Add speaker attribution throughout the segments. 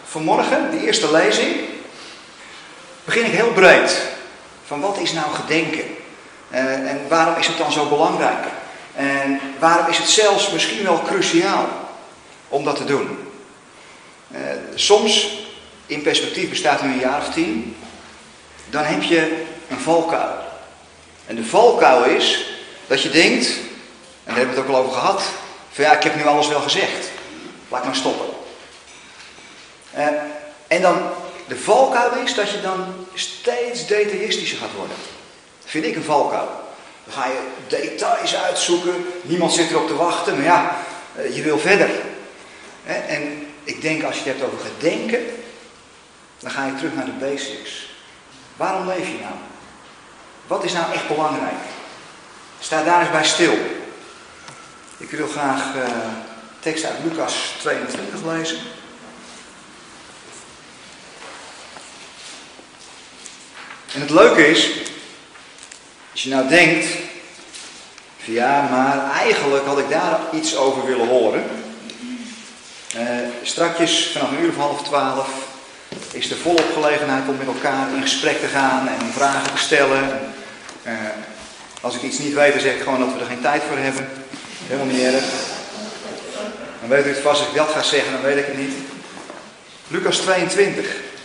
Speaker 1: vanmorgen, de eerste lezing, begin ik heel breed. Van wat is nou gedenken? En waarom is het dan zo belangrijk? En waarom is het zelfs misschien wel cruciaal om dat te doen? Soms, in perspectief bestaat nu een jaar of 10, dan heb je een valkuil. En de valkuil is dat je denkt, en daar hebben we het ook al over gehad, van ja, ik heb nu alles wel gezegd. Laat maar stoppen. En dan, de valkuil is dat je dan steeds detailistischer gaat worden. Dat vind ik een valkuil. Dan ga je details uitzoeken, niemand zit erop te wachten, maar ja, je wil verder. En ik denk, als je het hebt over gedenken, dan ga je terug naar de basics. Waarom leef je nou? Wat is nou echt belangrijk? Sta daar eens bij stil. Ik wil graag tekst uit Lucas 22 lezen. En het leuke is, als je nou denkt, van ja, maar eigenlijk had ik daar iets over willen horen. Strakjes vanaf 11:30 is er volop gelegenheid om met elkaar in gesprek te gaan en vragen te stellen. Als ik iets niet weet, dan zeg ik gewoon dat we er geen tijd voor hebben. Helemaal niet erg. Dan weet u het vast, als ik dat ga zeggen, dan weet ik het niet. Lucas 22.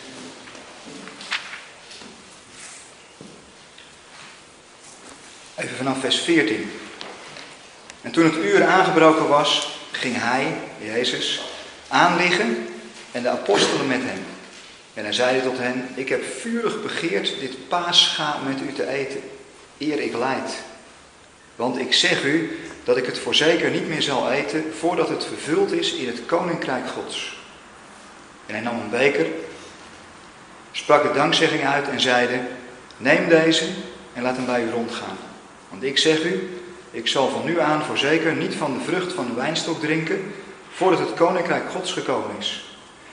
Speaker 1: Even vanaf vers 14. En toen het uur aangebroken was, ging hij, Jezus, aanliggen en de apostelen met hem. En hij zeide tot hen, ik heb vurig begeerd dit paascha met u te eten, eer ik lijd. Want ik zeg u dat ik het voorzeker niet meer zal eten, voordat het vervuld is in het koninkrijk Gods. En hij nam een beker, sprak de dankzegging uit en zeide, neem deze en laat hem bij u rondgaan. Want ik zeg u, ik zal van nu aan voorzeker niet van de vrucht van de wijnstok drinken, voordat het koninkrijk Gods gekomen is.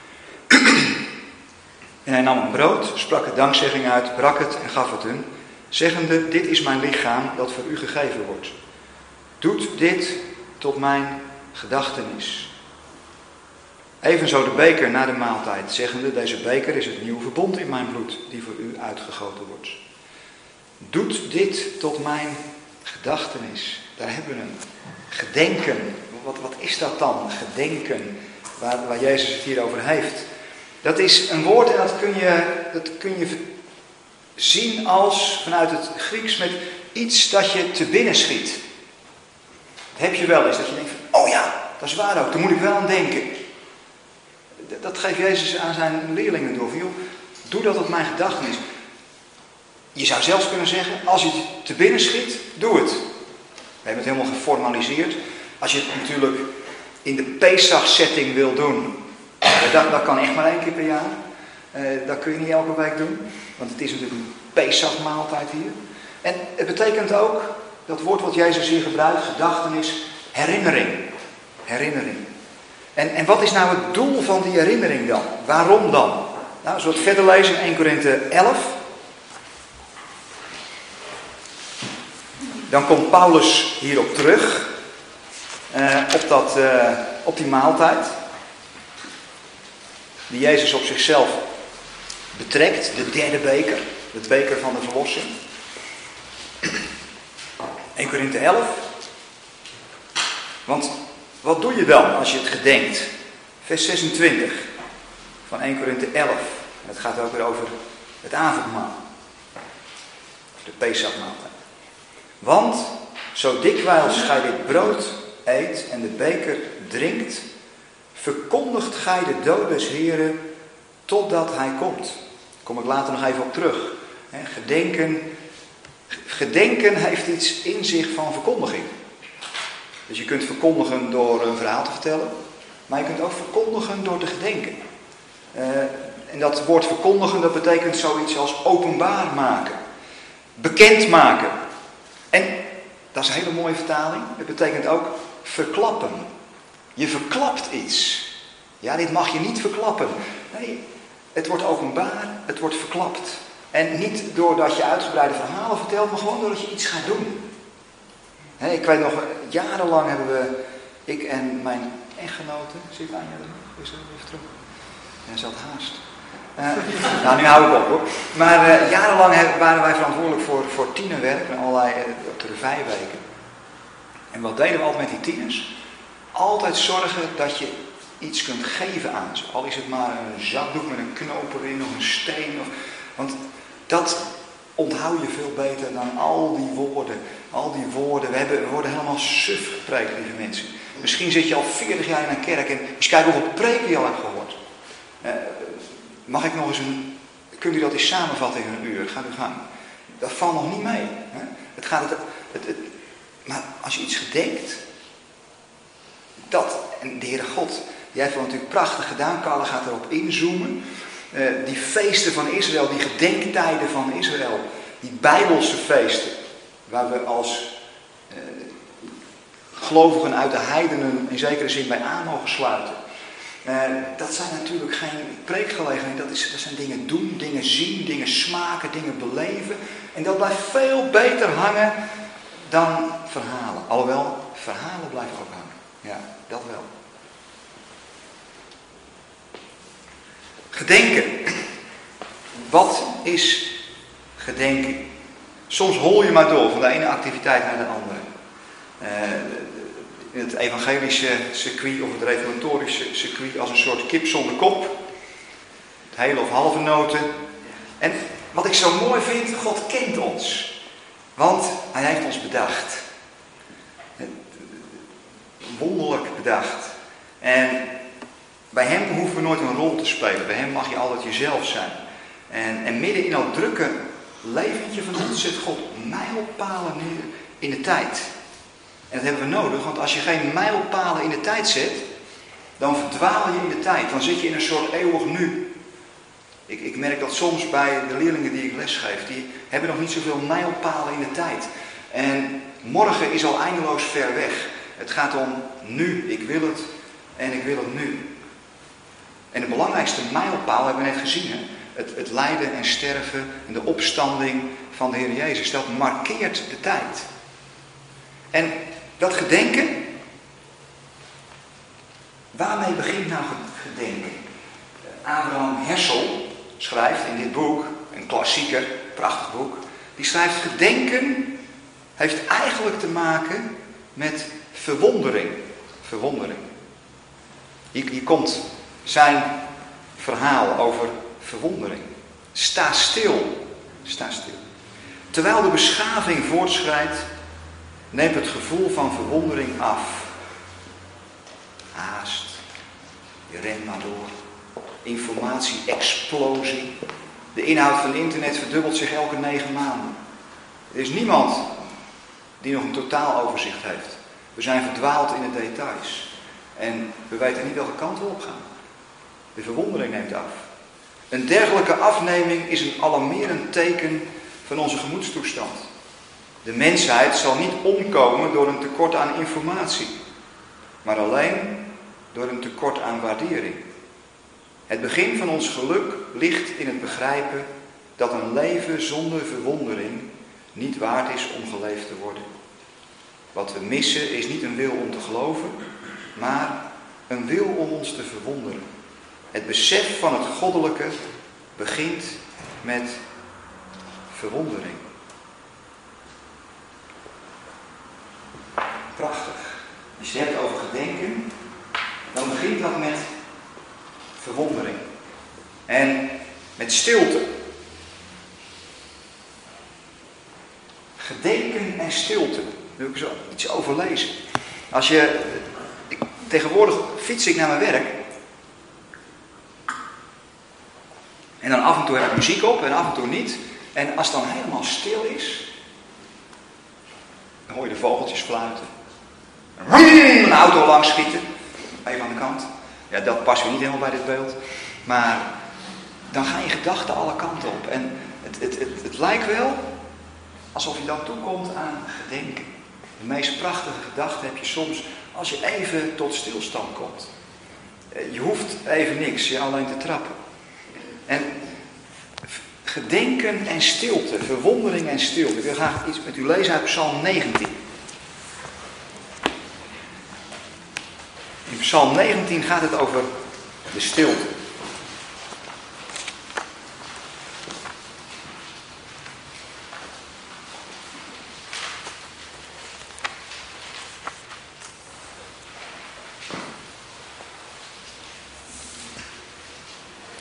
Speaker 1: En hij nam een brood, sprak de dankzegging uit, brak het en gaf het hun, zeggende, dit is mijn lichaam dat voor u gegeven wordt. Doet dit tot mijn gedachtenis. Evenzo de beker na de maaltijd, zeggende, deze beker is het nieuwe verbond in mijn bloed, die voor u uitgegoten wordt. Doet dit tot mijn gedachtenis. Daar hebben we hem. Gedenken. Wat is dat dan? Gedenken. Waar Jezus het hier over heeft. Dat is een woord en dat kun je zien als vanuit het Grieks met iets dat je te binnen schiet. Dat heb je wel eens. Dat je denkt van, oh ja, dat is waar ook. Daar moet ik wel aan denken. Dat geeft Jezus aan zijn leerlingen door. Van, joh, doe dat op mijn gedachtenis. Je zou zelfs kunnen zeggen, als je het te binnen schiet, doe het. We hebben het helemaal geformaliseerd. Als je het natuurlijk in de Pesach-setting wil doen, dat kan echt maar 1 keer per jaar. Dat kun je niet elke week doen, want het is natuurlijk een Pesach-maaltijd hier. En het betekent ook, dat woord wat Jezus hier gebruikt, gedachtenis, herinnering. Herinnering. En wat is nou het doel van die herinnering dan? Waarom dan? Nou, als we het verder lezen in 1 Korinthe 11... Dan komt Paulus hierop terug, op die maaltijd, die Jezus op zichzelf betrekt, de derde beker, de beker van de verlossing. 1 Korinthe 11. Want wat doe je dan als je het gedenkt? Vers 26 van 1 Korinthe 11. Het gaat ook weer over het avondmaal, de Pesachmaaltijd. Want zo dikwijls gij dit brood eet en de beker drinkt, verkondigt gij de dood des Heren totdat hij komt. Daar kom ik later nog even op terug. Gedenken heeft iets in zich van verkondiging. Dus je kunt verkondigen door een verhaal te vertellen, maar je kunt ook verkondigen door te gedenken. En dat woord verkondigen, dat betekent zoiets als openbaar maken, bekend maken. En dat is een hele mooie vertaling. Het betekent ook verklappen. Je verklapt iets. Ja, dit mag je niet verklappen. Nee, het wordt openbaar, het wordt verklapt. En niet doordat je uitgebreide verhalen vertelt, maar gewoon doordat je iets gaat doen. Ik weet nog, jarenlang hebben we, ik en mijn echtgenote, zit Anja er nog? Is er even terug? Ja, ze had haast. Nou, nu hou ik op hoor. Maar jarenlang waren wij verantwoordelijk voor tienerwerk en allerlei op de revijweken. En wat deden we altijd met die tieners? Altijd zorgen dat je iets kunt geven aan ze. Al is het maar een zakdoek met een knoop erin of een steen. Want dat onthoud je veel beter dan al die woorden. Al die woorden. We worden helemaal suf gepreekt, lieve mensen. Misschien zit je al 40 jaar in een kerk en eens kijken hoeveel preken je al hebt gehoord. Mag ik nog eens kunt u dat eens samenvatten in een uur? Gaat u gang. Dat valt nog niet mee. Hè? Maar als je iets gedenkt, en de Heere God, die heeft het natuurlijk prachtig gedaan. Carla gaat erop inzoomen. Die feesten van Israël, die gedenktijden van Israël, die Bijbelse feesten, waar we als gelovigen uit de heidenen in zekere zin bij aan mogen sluiten. Dat zijn natuurlijk geen preekgelegenheden, dat zijn dingen doen, dingen zien, dingen smaken, dingen beleven. En dat blijft veel beter hangen dan verhalen. Alhoewel, verhalen blijven ook hangen. Ja, dat wel. Gedenken. Wat is gedenken? Soms hol je maar door van de ene activiteit naar de andere. In het evangelische circuit of het reformatorische circuit als een soort kip zonder kop. Het hele of halve noten. En wat ik zo mooi vind, God kent ons. Want hij heeft ons bedacht. Wonderlijk bedacht. En bij hem hoeven we nooit een rol te spelen. Bij hem mag je altijd jezelf zijn. En midden in dat drukke leventje van ons zet God mijlpalen neer in de tijd. En dat hebben we nodig, want als je geen mijlpalen in de tijd zet, dan verdwaal je in de tijd. Dan zit je in een soort eeuwig nu. Ik merk dat soms bij de leerlingen die ik lesgeef, die hebben nog niet zoveel mijlpalen in de tijd. En morgen is al eindeloos ver weg. Het gaat om nu. Ik wil het en ik wil het nu. En de belangrijkste mijlpaal hebben we net gezien. Hè? Het lijden en sterven en de opstanding van de Heer Jezus. Dat markeert de tijd. En dat gedenken, waarmee begint nou gedenken? Abraham Hessel schrijft in dit boek, een klassieker, prachtig boek. Die schrijft: gedenken heeft eigenlijk te maken met verwondering. Verwondering. Hier komt zijn verhaal over verwondering. Sta stil. Sta stil. Terwijl de beschaving voortschrijdt, neemt het gevoel van verwondering af. Haast. Je rent maar door. Informatie-explosie. De inhoud van internet verdubbelt zich elke 9 maanden. Er is niemand die nog een totaal overzicht heeft. We zijn verdwaald in de details. En we weten niet welke kant we op gaan. De verwondering neemt af. Een dergelijke afneming is een alarmerend teken van onze gemoedstoestand. De mensheid zal niet omkomen door een tekort aan informatie, maar alleen door een tekort aan waardering. Het begin van ons geluk ligt in het begrijpen dat een leven zonder verwondering niet waard is om geleefd te worden. Wat we missen is niet een wil om te geloven, maar een wil om ons te verwonderen. Het besef van het goddelijke begint met verwondering. Prachtig. Als je het hebt over gedenken, dan begint dat met verwondering. En met stilte. Gedenken en stilte. Daar wil ik zo iets over lezen. Tegenwoordig fiets ik naar mijn werk. En dan af en toe heb ik muziek op en af en toe niet. En als het dan helemaal stil is, dan hoor je de vogeltjes fluiten. Een auto langs schieten. Even aan de kant. Ja, dat past weer niet helemaal bij dit beeld. Maar dan gaan je gedachten alle kanten op. En het lijkt wel alsof je dan toekomt aan gedenken. De meest prachtige gedachten heb je soms als je even tot stilstand komt. Je hoeft even niks, je alleen te trappen. En gedenken en stilte, verwondering en stilte. Ik wil graag iets met u lezen uit Psalm 19. In Psalm 19 gaat het over de stilte.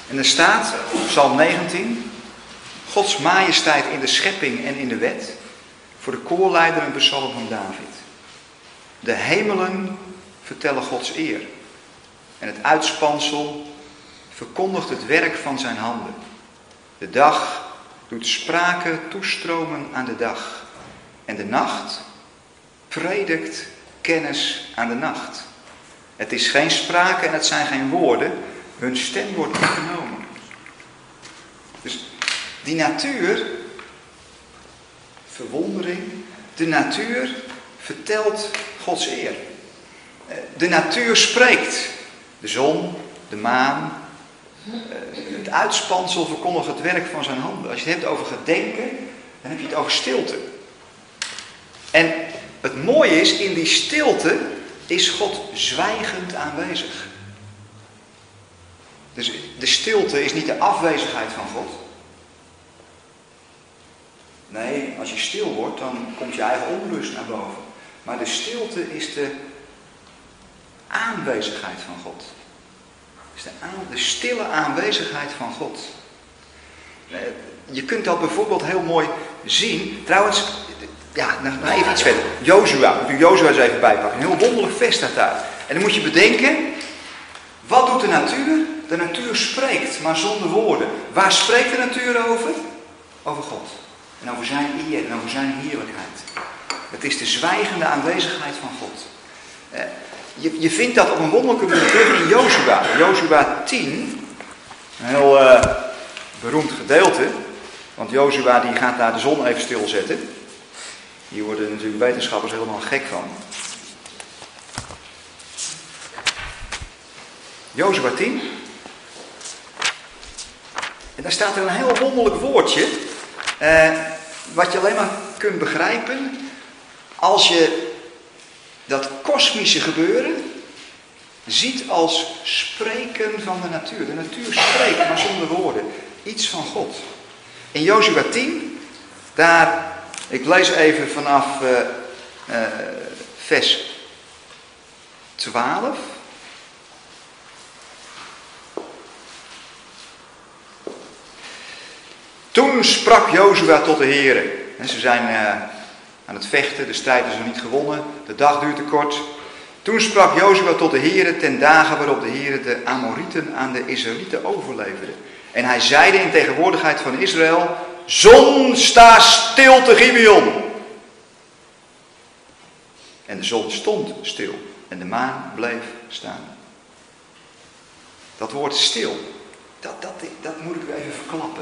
Speaker 1: En er staat, Psalm 19, Gods majesteit in de schepping en in de wet. Voor de koorleider een psalm van David. De hemelen vertellen Gods eer. En het uitspansel verkondigt het werk van zijn handen. De dag doet sprake toestromen aan de dag. En de nacht predikt kennis aan de nacht. Het is geen sprake en het zijn geen woorden. Hun stem wordt niet vernomen. Dus die natuur, verwondering, de natuur vertelt Gods eer. De natuur spreekt. De zon, de maan, het uitspansel verkondigt het werk van zijn handen. Als je het hebt over gedenken, dan heb je het over stilte. En het mooie is, in die stilte is God zwijgend aanwezig. Dus de stilte is niet de afwezigheid van God. Nee, als je stil wordt, dan komt je eigen onrust naar boven. Maar de stilte is de aanwezigheid van God. Is de stille aanwezigheid van God. Je kunt dat bijvoorbeeld heel mooi zien. Trouwens, ja, nog even iets verder. Jozua, moet u Jozua eens even bijpakken. Een heel wonderlijk vers staat daar. En dan moet je bedenken, wat doet de natuur? De natuur spreekt, maar zonder woorden. Waar spreekt de natuur over? Over God. En over zijn eer en over zijn heerlijkheid. Het is de zwijgende aanwezigheid van God. Je vindt dat op een wonderlijke manier terug in Jozua. Jozua 10, een heel beroemd gedeelte. Want Jozua die gaat daar de zon even stilzetten. Hier worden natuurlijk wetenschappers helemaal gek van. Jozua 10. En daar staat er een heel wonderlijk woordje. Wat je alleen maar kunt begrijpen als je dat kosmische gebeuren ziet als spreken van de natuur. De natuur spreekt, maar zonder woorden. Iets van God. In Jozua 10, daar, ik lees even vanaf vers 12. Toen sprak Jozua tot de Heere. Ze zijn aan het vechten, de strijd is nog niet gewonnen, de dag duurt te kort. Toen sprak Jozua tot de Heere ten dagen waarop de Heere de Amorieten aan de Israëlieten overleverde. En hij zeide in tegenwoordigheid van Israël, zon, sta stil te Gibeon. En de zon stond stil en de maan bleef staan. Dat woord stil, dat moet ik u even verklappen.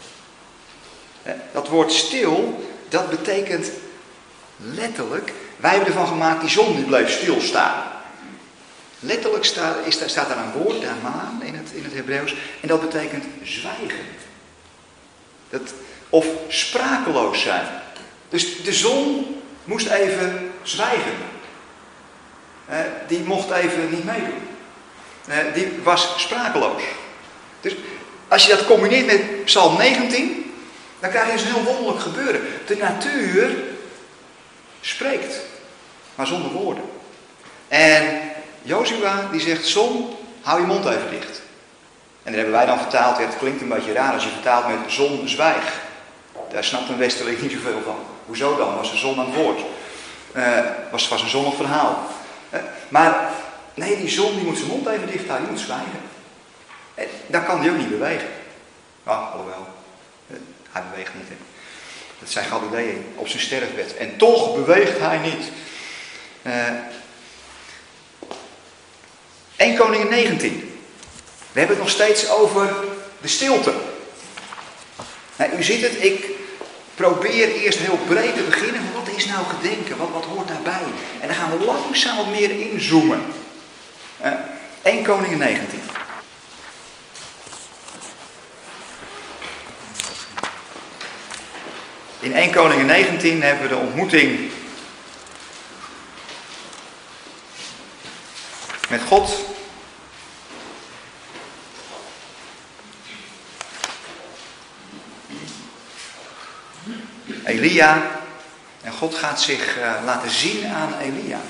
Speaker 1: Dat woord stil, dat betekent letterlijk, wij hebben ervan gemaakt, die zon die bleef stilstaan. Letterlijk staat daar een woord, damaan, in het Hebreeuws, en dat betekent zwijgen. Of sprakeloos zijn. Dus de zon moest even zwijgen. Die mocht even niet meedoen. Die was sprakeloos. Dus als je dat combineert met Psalm 19, dan krijg je dus een heel wonderlijk gebeuren. De natuur spreekt, maar zonder woorden. En Jozua die zegt, zon, hou je mond even dicht. En daar hebben wij dan vertaald, het klinkt een beetje raar als je vertaalt met zon, zwijg. Daar snapt een westerling niet zoveel van. Hoezo dan? Was de zon aan het woord? Was een zonnig verhaal. Maar nee, die zon die moet zijn mond even dicht houden, die moet zwijgen. Dan kan die ook niet bewegen. Nou, alhoewel, hij beweegt niet. Hè. Dat zei Galilei op zijn sterfbed. En toch beweegt hij niet. 1 Koningen 19. We hebben het nog steeds over de stilte. Nou, u ziet het, ik probeer eerst heel breed te beginnen. Van wat is nou gedenken? Wat hoort daarbij? En dan gaan we langzaam wat meer inzoomen. 1 Koningen 19. In 1 Koningen 19 hebben we de ontmoeting met God. Elia. En God gaat zich laten zien aan Elia.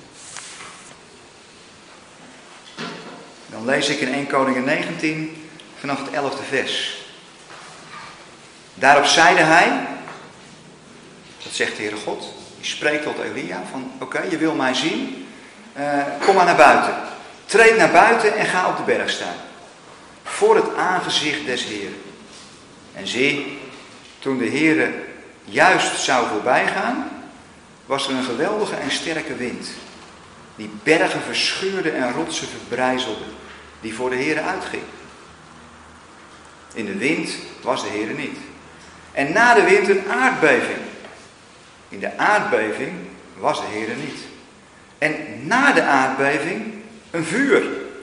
Speaker 1: Dan lees ik in 1 Koningen 19 vanaf het 11e vers. Daarop zeide hij, dat zegt de Heere God, die spreekt tot Elia van oké, je wil mij zien, kom maar naar buiten. Treed naar buiten en ga op de berg staan. Voor het aangezicht des Heeren. En zie, toen de Heere juist zou voorbijgaan, was er een geweldige en sterke wind. Die bergen verscheurde en rotsen verbrijzelde. Die voor de Heere uitging. In de wind was de Heere niet. En na de wind een aardbeving. In de aardbeving was de Heere niet. En na de aardbeving een vuur.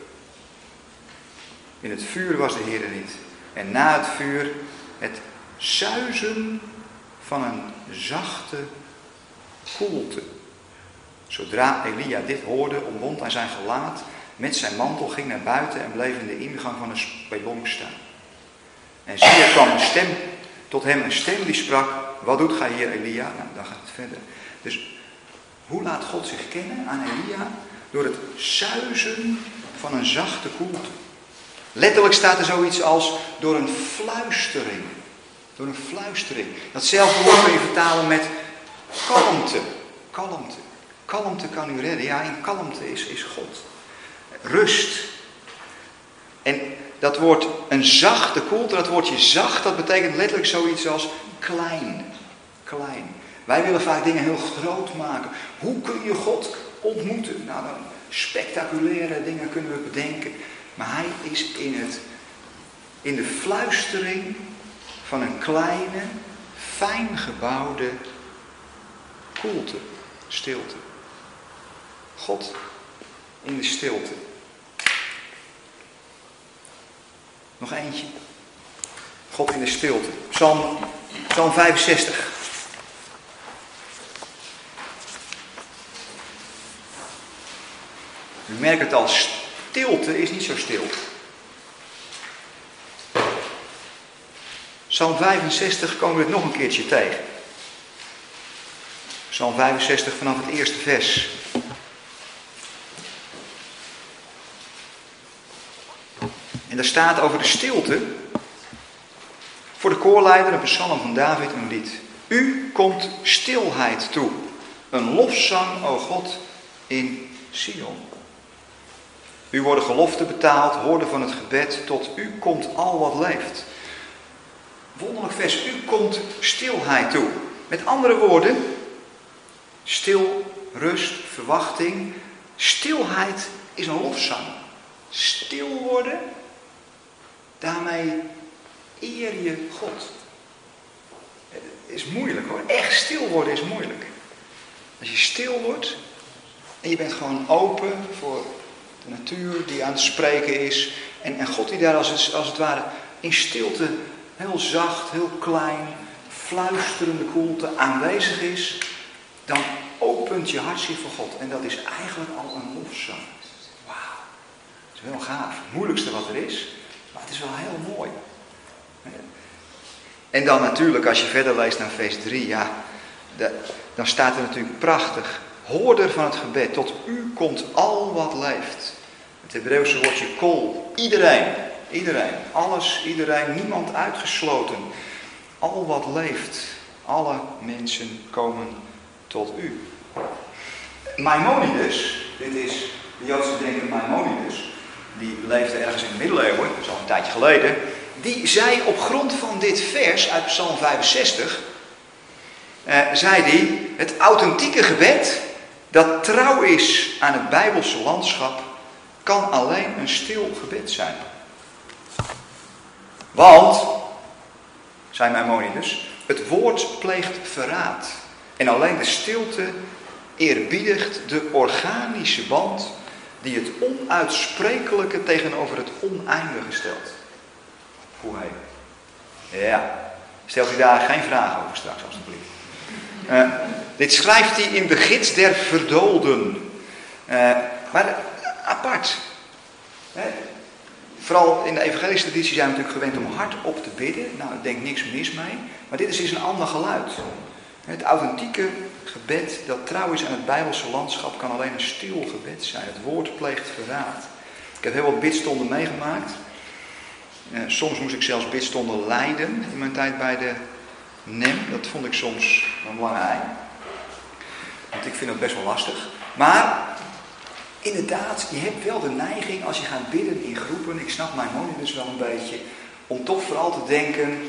Speaker 1: In het vuur was de Heere niet. En na het vuur het suizen van een zachte koelte. Zodra Elia dit hoorde, omwond hij zijn gelaat, met zijn mantel ging naar buiten en bleef in de ingang van een spelonk staan. En zie, er kwam tot hem een stem die sprak, wat doet gij hier, Elia? Nou, dan gaat het verder. Dus hoe laat God zich kennen aan Elia? Door het suizen van een zachte koelte. Letterlijk staat er zoiets als door een fluistering. Door een fluistering. Datzelfde woord kun je vertalen met kalmte. Kalmte. Kalmte kan u redden. Ja, in kalmte is God. Rust. En dat woord een zachte koelte, dat woordje zacht, dat betekent letterlijk zoiets als klein. Klein. Wij willen vaak dingen heel groot maken. Hoe kun je God ontmoeten? Nou, dan spectaculaire dingen kunnen we bedenken. Maar hij is in de fluistering van een kleine, fijn gebouwde koelte, stilte. God in de stilte. Nog eentje. God in de stilte. Psalm 65. U merkt het al, stilte is niet zo stil. Psalm 65 komen we het nog een keertje tegen. Psalm 65 vanaf het eerste vers. En daar staat over de stilte. Voor de koorleider een psalm van David een lied. U komt stilheid toe. Een lofzang, o God, in Sion. U worden geloften betaald, hoorde van het gebed, tot u komt al wat leeft. Wonderlijk vers, u komt stilheid toe. Met andere woorden, stil, rust, verwachting. Stilheid is een lofzang. Stil worden, daarmee eer je God. Het is moeilijk hoor, echt stil worden is moeilijk. Als je stil wordt en je bent gewoon open voor de natuur die aan het spreken is. En God die daar als het ware in stilte heel zacht, heel klein, fluisterende koelte aanwezig is. Dan opent je hart zich voor God. En dat is eigenlijk al een lofzang. Wauw. Dat is wel gaaf. Het moeilijkste wat er is. Maar het is wel heel mooi. En dan natuurlijk als je verder leest naar vers 3. Ja, dan staat er natuurlijk prachtig. Hoorder van het gebed. Tot u komt al wat leeft. Het Hebreeuwse woordje kol. Iedereen. Iedereen. Alles, iedereen. Niemand uitgesloten. Al wat leeft. Alle mensen komen tot u. Maimonides. Dit is de Joodse denker Maimonides. Die leefde ergens in de middeleeuwen. Dat is al een tijdje geleden. Die zei op grond van dit vers uit Psalm 65. Zei hij. Het authentieke gebed. Dat trouw is aan het Bijbelse landschap. Kan alleen een stil gebed zijn. Want, zei Maimonides, het woord pleegt verraad. En alleen de stilte eerbiedigt de organische band die het onuitsprekelijke tegenover het oneindige stelt. Hoe heet? Ja, stelt u daar geen vragen over straks, alstublieft. Dit schrijft hij in de Gids der Verdoolden. Maar apart. Vooral in de evangelische traditie zijn we natuurlijk gewend om hardop te bidden. Nou, ik denk niks mis mee. Maar dit is een ander geluid. Het authentieke gebed dat trouw is aan het Bijbelse landschap kan alleen een stil gebed zijn. Het woord pleegt verraad. Ik heb heel wat bidstonden meegemaakt. Soms moest ik zelfs bidstonden leiden in mijn tijd bij de NEM. Dat vond ik soms een lange ei. Want ik vind dat best wel lastig. Maar inderdaad, je hebt wel de neiging als je gaat bidden in groepen. Ik snap mijn moeder dus wel een beetje. Om toch vooral te denken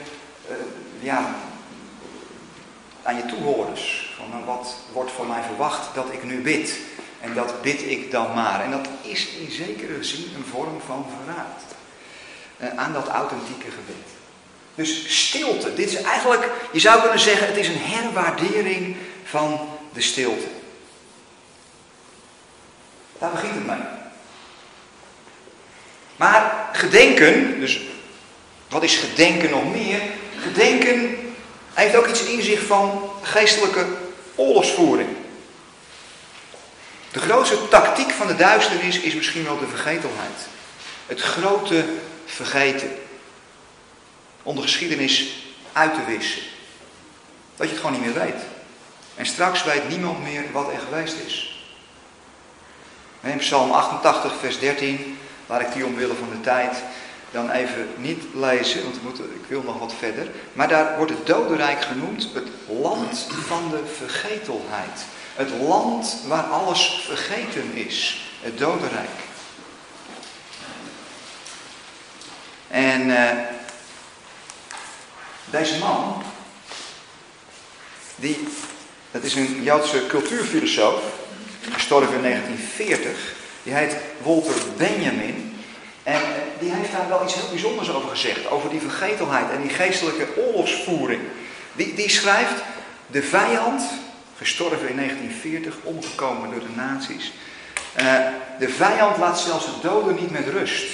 Speaker 1: aan je toehoorders. Van wat wordt van mij verwacht dat ik nu bid. En dat bid ik dan maar. En dat is in zekere zin een vorm van verraad. Aan dat authentieke gebed. Dus stilte. Dit is eigenlijk, je zou kunnen zeggen, het is een herwaardering van de stilte. Daar begint het mee. Maar gedenken, dus wat is gedenken nog meer? Gedenken heeft ook iets in zich van geestelijke oorlogsvoering. De grootste tactiek van de duisternis is misschien wel de vergetelheid. Het grote vergeten. Om de geschiedenis uit te wissen. Dat je het gewoon niet meer weet. En straks weet niemand meer wat er geweest is. In Psalm 88 vers 13, laat ik die omwille van de tijd dan even niet lezen, want ik wil nog wat verder. Maar daar wordt het dodenrijk genoemd, het land van de vergetelheid. Het land waar alles vergeten is. Het dodenrijk. En deze man, dat is een Joodse cultuurfilosoof, gestorven in 1940. Die heet Walter Benjamin. En die heeft daar wel iets heel bijzonders over gezegd. Over die vergetelheid en die geestelijke oorlogsvoering. Die schrijft, de vijand, gestorven in 1940, omgekomen door de nazi's. De vijand laat zelfs de doden niet met rust.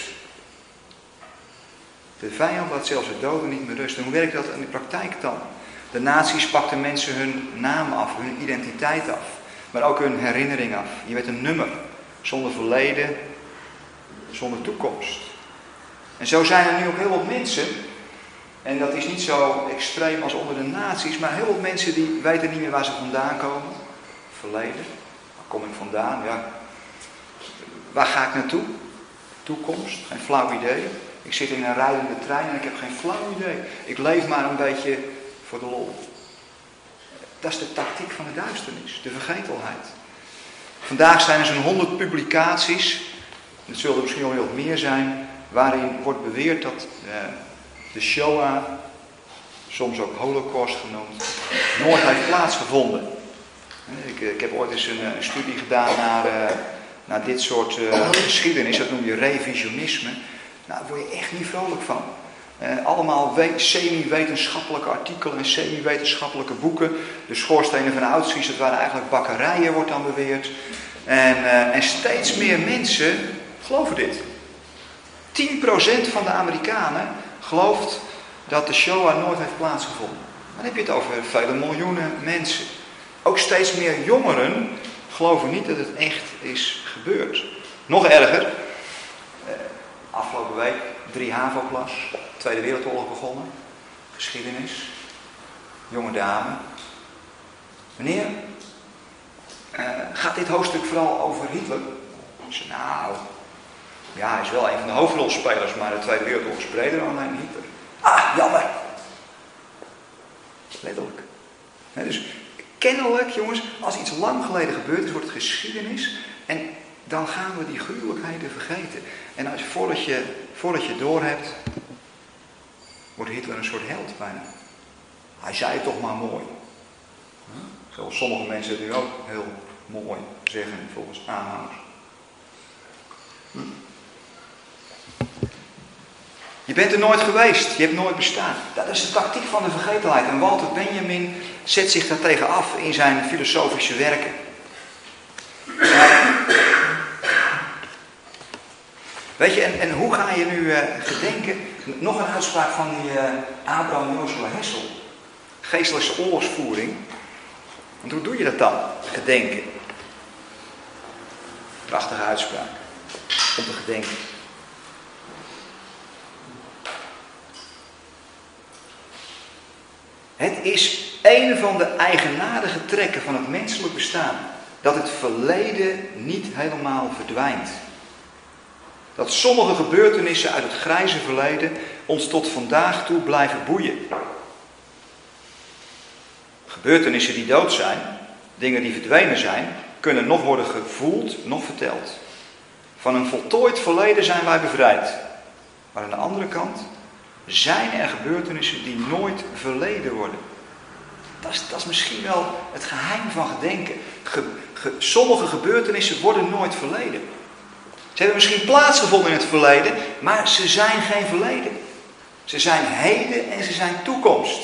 Speaker 1: De vijand laat zelfs de doden niet met rust. En hoe werkt dat in de praktijk dan? De nazi's pakten mensen hun naam af, hun identiteit af. Maar ook hun herinnering af. Je werd een nummer. Zonder verleden, zonder toekomst. En zo zijn er nu ook heel wat mensen. En dat is niet zo extreem als onder de nazi's. Maar heel wat mensen die weten niet meer waar ze vandaan komen. Verleden. Waar kom ik vandaan? Ja. Waar ga ik naartoe? Toekomst. Geen flauw idee. Ik zit in een rijdende trein en ik heb geen flauw idee. Ik leef maar een beetje voor de lol. Dat is de tactiek van de duisternis. De vergetelheid. Vandaag zijn er zo'n 100 publicaties. Het zullen er misschien wel heel meer zijn. Waarin wordt beweerd dat de Shoah, soms ook Holocaust genoemd, nooit heeft plaatsgevonden. Ik heb ooit eens een studie gedaan naar dit soort geschiedenis. Dat noem je revisionisme. Nou, daar word je echt niet vrolijk van. Allemaal semi-wetenschappelijke artikelen en semi-wetenschappelijke boeken. De schoorstenen van Auschwitz, dat waren eigenlijk bakkerijen, wordt dan beweerd. En steeds meer mensen geloven dit. 10% van de Amerikanen gelooft dat de Shoah nooit heeft plaatsgevonden. Dan heb je het over vele miljoenen mensen. Ook steeds meer jongeren geloven niet dat het echt is gebeurd. Nog erger. Afgelopen week 3 HAVO-klas. Tweede Wereldoorlog begonnen. Geschiedenis. Jonge dame. Meneer, gaat dit hoofdstuk vooral over Hitler? Ik zei, nou, ja, hij is wel een van de hoofdrolspelers, maar de Tweede Wereldoorlog is breder dan alleen Hitler. Ah, jammer. Letterlijk. Dus kennelijk, jongens, als iets lang geleden gebeurd is, wordt het geschiedenis. En dan gaan we die gruwelijkheden vergeten. En voordat je door hebt, wordt Hitler een soort held bijna. Hij zei het toch maar mooi. Zoals sommige mensen het nu ook heel mooi zeggen, volgens aanhangers. Je bent er nooit geweest, je hebt nooit bestaan. Dat is de tactiek van de vergetelheid. En Walter Benjamin zet zich daartegen af in zijn filosofische werken. Weet je, en hoe ga je nu gedenken? Nog een uitspraak van die Abraham Joshua Hessel. Geestelijke oorlogsvoering. Want hoe doe je dat dan? Gedenken. Prachtige uitspraak. Om te gedenken. Het is een van de eigenaardige trekken van het menselijk bestaan. Dat het verleden niet helemaal verdwijnt. Dat sommige gebeurtenissen uit het grijze verleden ons tot vandaag toe blijven boeien. Gebeurtenissen die dood zijn, dingen die verdwenen zijn, kunnen nog worden gevoeld, nog verteld. Van een voltooid verleden zijn wij bevrijd. Maar aan de andere kant zijn er gebeurtenissen die nooit verleden worden. Dat is misschien wel het geheim van gedenken. Sommige gebeurtenissen worden nooit verleden. Ze hebben misschien plaatsgevonden in het verleden, maar ze zijn geen verleden. Ze zijn heden en ze zijn toekomst.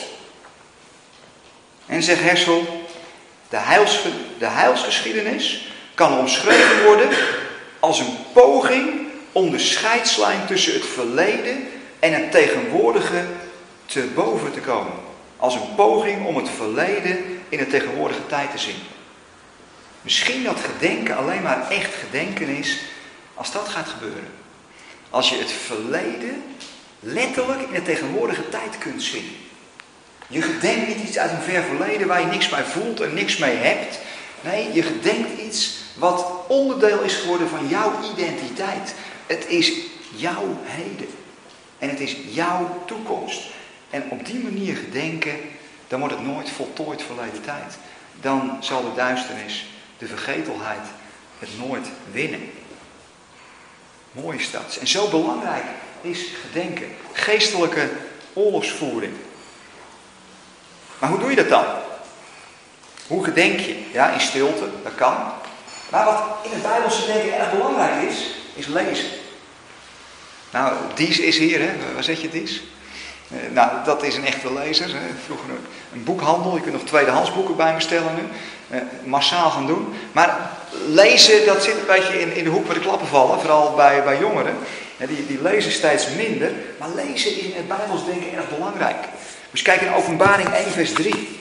Speaker 1: En zegt Hessel, de heilsgeschiedenis kan omschreven worden als een poging om de scheidslijn tussen het verleden en het tegenwoordige te boven te komen. Als een poging om het verleden in de tegenwoordige tijd te zien. Misschien dat gedenken alleen maar echt gedenken is als dat gaat gebeuren. Als je het verleden letterlijk in de tegenwoordige tijd kunt zien. Je gedenkt niet iets uit een ver verleden waar je niks bij voelt en niks mee hebt. Nee, je gedenkt iets wat onderdeel is geworden van jouw identiteit. Het is jouw heden. En het is jouw toekomst. En op die manier gedenken, dan wordt het nooit voltooid verleden tijd. Dan zal de duisternis, de vergetelheid, het nooit winnen. Mooi is dat. En zo belangrijk is gedenken. Geestelijke oorlogsvoering. Maar hoe doe je dat dan? Hoe gedenk je? Ja, in stilte, dat kan. Maar wat in het Bijbelse denken erg belangrijk is lezen. Nou, Dies is hier, hè? Waar zet je Dies? Nou, dat is een echte lezer. Hè? Vroeger een boekhandel, je kunt nog tweedehands boeken bij me stellen nu. Massaal gaan doen. Maar lezen, dat zit een beetje in de hoek waar de klappen vallen, vooral bij jongeren. Die lezen steeds minder, maar lezen is in het Bijbels denken erg belangrijk. Dus kijk in Openbaring 1 vers 3.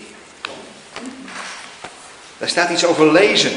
Speaker 1: Daar staat iets over lezen.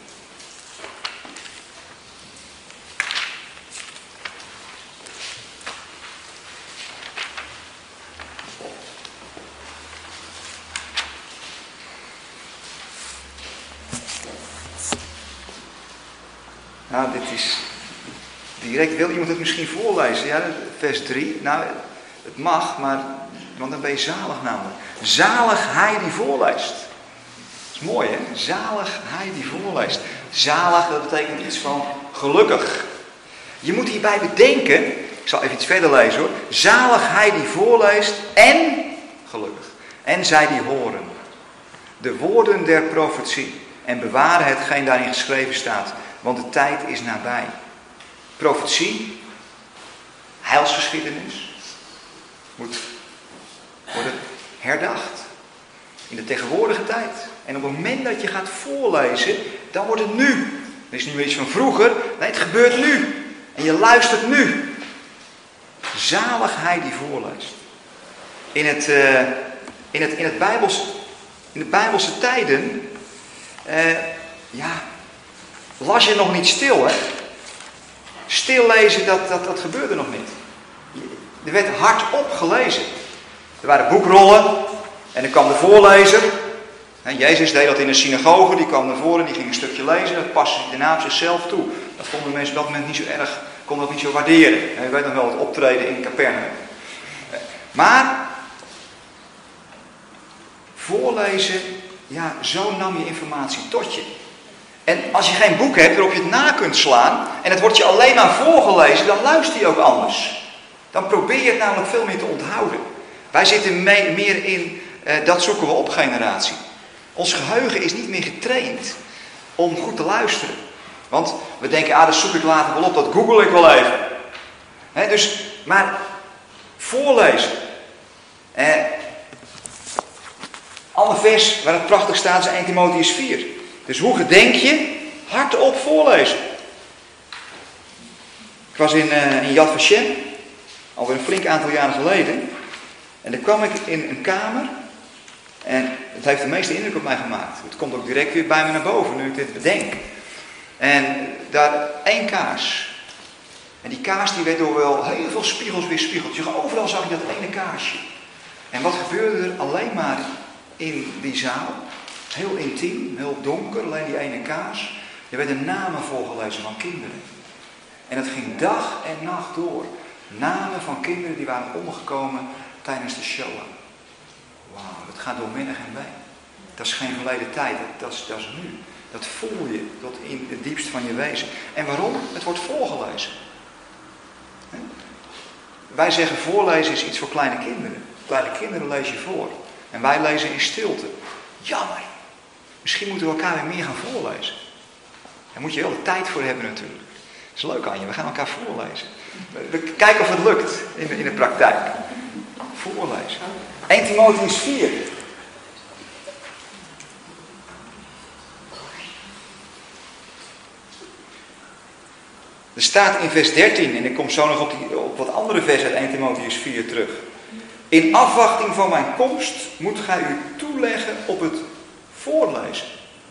Speaker 1: Nou, dit is direct. Wil iemand het misschien voorlezen? Ja, vers 3. Nou, het mag, want dan ben je zalig namelijk. Zalig hij die voorleest. Dat is mooi, hè? Zalig hij die voorleest. Zalig, dat betekent iets van gelukkig. Je moet hierbij bedenken, ik zal even iets verder lezen hoor. Zalig hij die voorleest en gelukkig. En zij die horen. De woorden der profetie. En bewaren hetgeen daarin geschreven staat. Want de tijd is nabij. Profetie, heilsgeschiedenis, moet worden herdacht. In de tegenwoordige tijd. En op het moment dat je gaat voorlezen, dan wordt het nu. Het is niet meer iets van vroeger. Nee, het gebeurt nu. En je luistert nu. Zalig hij die voorleest. In de Bijbelse tijden, las je nog niet stil, hè? Stillezen, dat gebeurde nog niet. Er werd hardop gelezen. Er waren boekrollen en er kwam de voorlezer. En Jezus deed dat in een synagoge, die kwam naar voren en die ging een stukje lezen. Dat paste hij daarna op zichzelf toe. Dat vonden mensen op dat moment niet zo erg, konden dat niet zo waarderen. En je weet nog wel het optreden in Capernaum. Maar voorlezen, ja, zo nam je informatie tot je. En als je geen boek hebt waarop je het na kunt slaan en het wordt je alleen maar voorgelezen, dan luister je ook anders. Dan probeer je het namelijk veel meer te onthouden. Wij zitten meer in dat zoeken we op generatie. Ons geheugen is niet meer getraind om goed te luisteren. Want we denken, dat zoek ik later wel op, dat google ik wel even. Maar voorlezen. Alle vers waar het prachtig staat is 1 Timotheüs 4. Dus hoe gedenk je? Hardop voorlezen. Ik was in Yad Vashem, alweer een flink aantal jaren geleden. En daar kwam ik in een kamer. En het heeft de meeste indruk op mij gemaakt. Het komt ook direct weer bij me naar boven, nu ik dit bedenk. En daar 1 kaars. En die kaars die werd door wel heel veel spiegels weerspiegeld. Overal zag je dat ene kaarsje. En wat gebeurde er alleen maar in die zaal? Heel intiem, heel donker, alleen die ene kaars. Er werden namen voorgelezen van kinderen. En dat ging dag en nacht door. Namen van kinderen die waren omgekomen tijdens de Shoah. Wauw, dat gaat door menig en been. Dat is geen verleden tijd, dat is nu. Dat voel je tot in het diepst van je wezen. En waarom? Het wordt voorgelezen. Wij zeggen voorlezen is iets voor kleine kinderen. Kleine kinderen lees je voor. En wij lezen in stilte. Jammer. Misschien moeten we elkaar weer meer gaan voorlezen. Daar moet je wel de tijd voor hebben natuurlijk. Dat is leuk aan je, we gaan elkaar voorlezen. We kijken of het lukt in de praktijk. Voorlezen. 1 Timotheüs 4. Er staat in vers 13, en ik kom zo nog op wat andere versen uit 1 Timotheüs 4 terug. In afwachting van mijn komst moet gij u toeleggen op het voorlezen.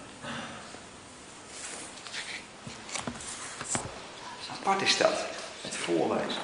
Speaker 1: Apart is dat, het voorlezen.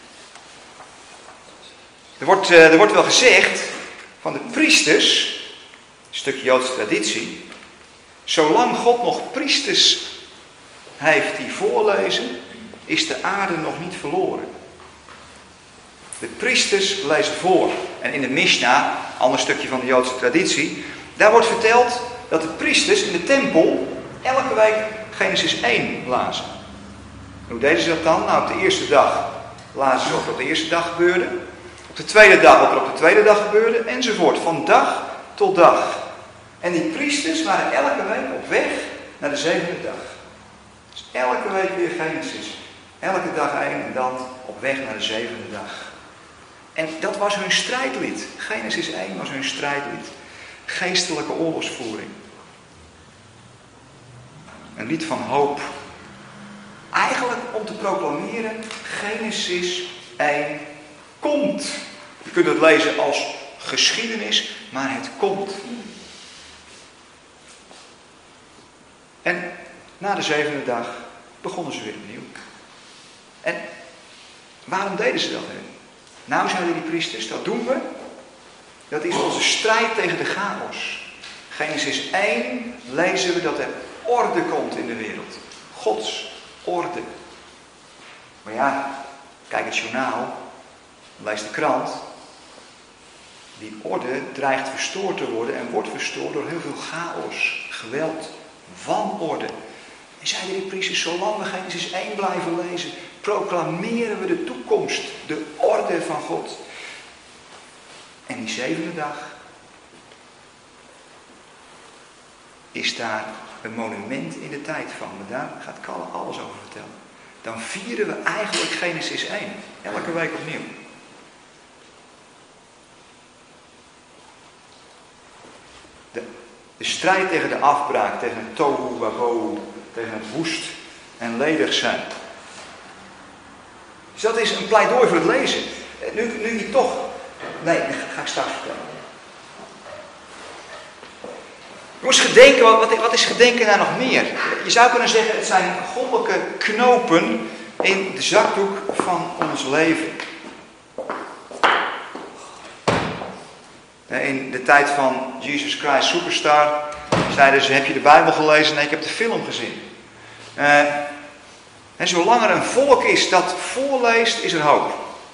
Speaker 1: Er wordt wel gezegd van de priesters, een stukje Joodse traditie, zolang God nog priesters heeft die voorlezen, is de aarde nog niet verloren. De priesters lezen voor. En in de Mishnah, een ander stukje van de Joodse traditie, daar wordt verteld dat de priesters in de tempel elke week Genesis 1 lazen. Hoe deden ze dat dan? Nou, op de eerste dag lazen ze wat er op de eerste dag gebeurde. Op de tweede dag wat er op de tweede dag gebeurde, enzovoort. Van dag tot dag. En die priesters waren elke week op weg naar de zevende dag. Dus elke week weer Genesis. Elke dag 1 en dan op weg naar de zevende dag. En dat was hun strijdlied. Genesis 1 was hun strijdlied. Geestelijke oorlogsvoering. Een lied van hoop. Eigenlijk om te proclameren, Genesis 1 komt. Je kunt het lezen als geschiedenis, maar het komt. En na de zevende dag begonnen ze weer opnieuw. En waarom deden ze dat? Nou, zeiden die priesters, dat doen we. Dat is onze strijd tegen de chaos. Genesis 1 lezen we dat er orde komt in de wereld. Gods orde. Maar ja, kijk het journaal, lees de krant. Die orde dreigt verstoord te worden en wordt verstoord door heel veel chaos, geweld, wanorde. En zeiden die priesters, zolang we Genesis 1 blijven lezen, proclameren we de toekomst, de orde van God. En die zevende dag is daar een monument in de tijd van. Maar daar gaat Kalle alles over vertellen. Dan vieren we eigenlijk Genesis 1. Elke week opnieuw. De strijd tegen de afbraak, tegen het tohu wabohu, tegen het woest en ledig zijn. Dus dat is een pleidooi voor het lezen. Nu je toch... Nee, dat ga ik straks vertellen. Jongens, gedenken, wat is gedenken nou nog meer? Je zou kunnen zeggen, het zijn goddelijke knopen in de zakdoek van ons leven. In de tijd van Jesus Christ Superstar zeiden ze, heb je de Bijbel gelezen? Nee, ik heb de film gezien. En zolang er een volk is dat voorleest, is er hoop.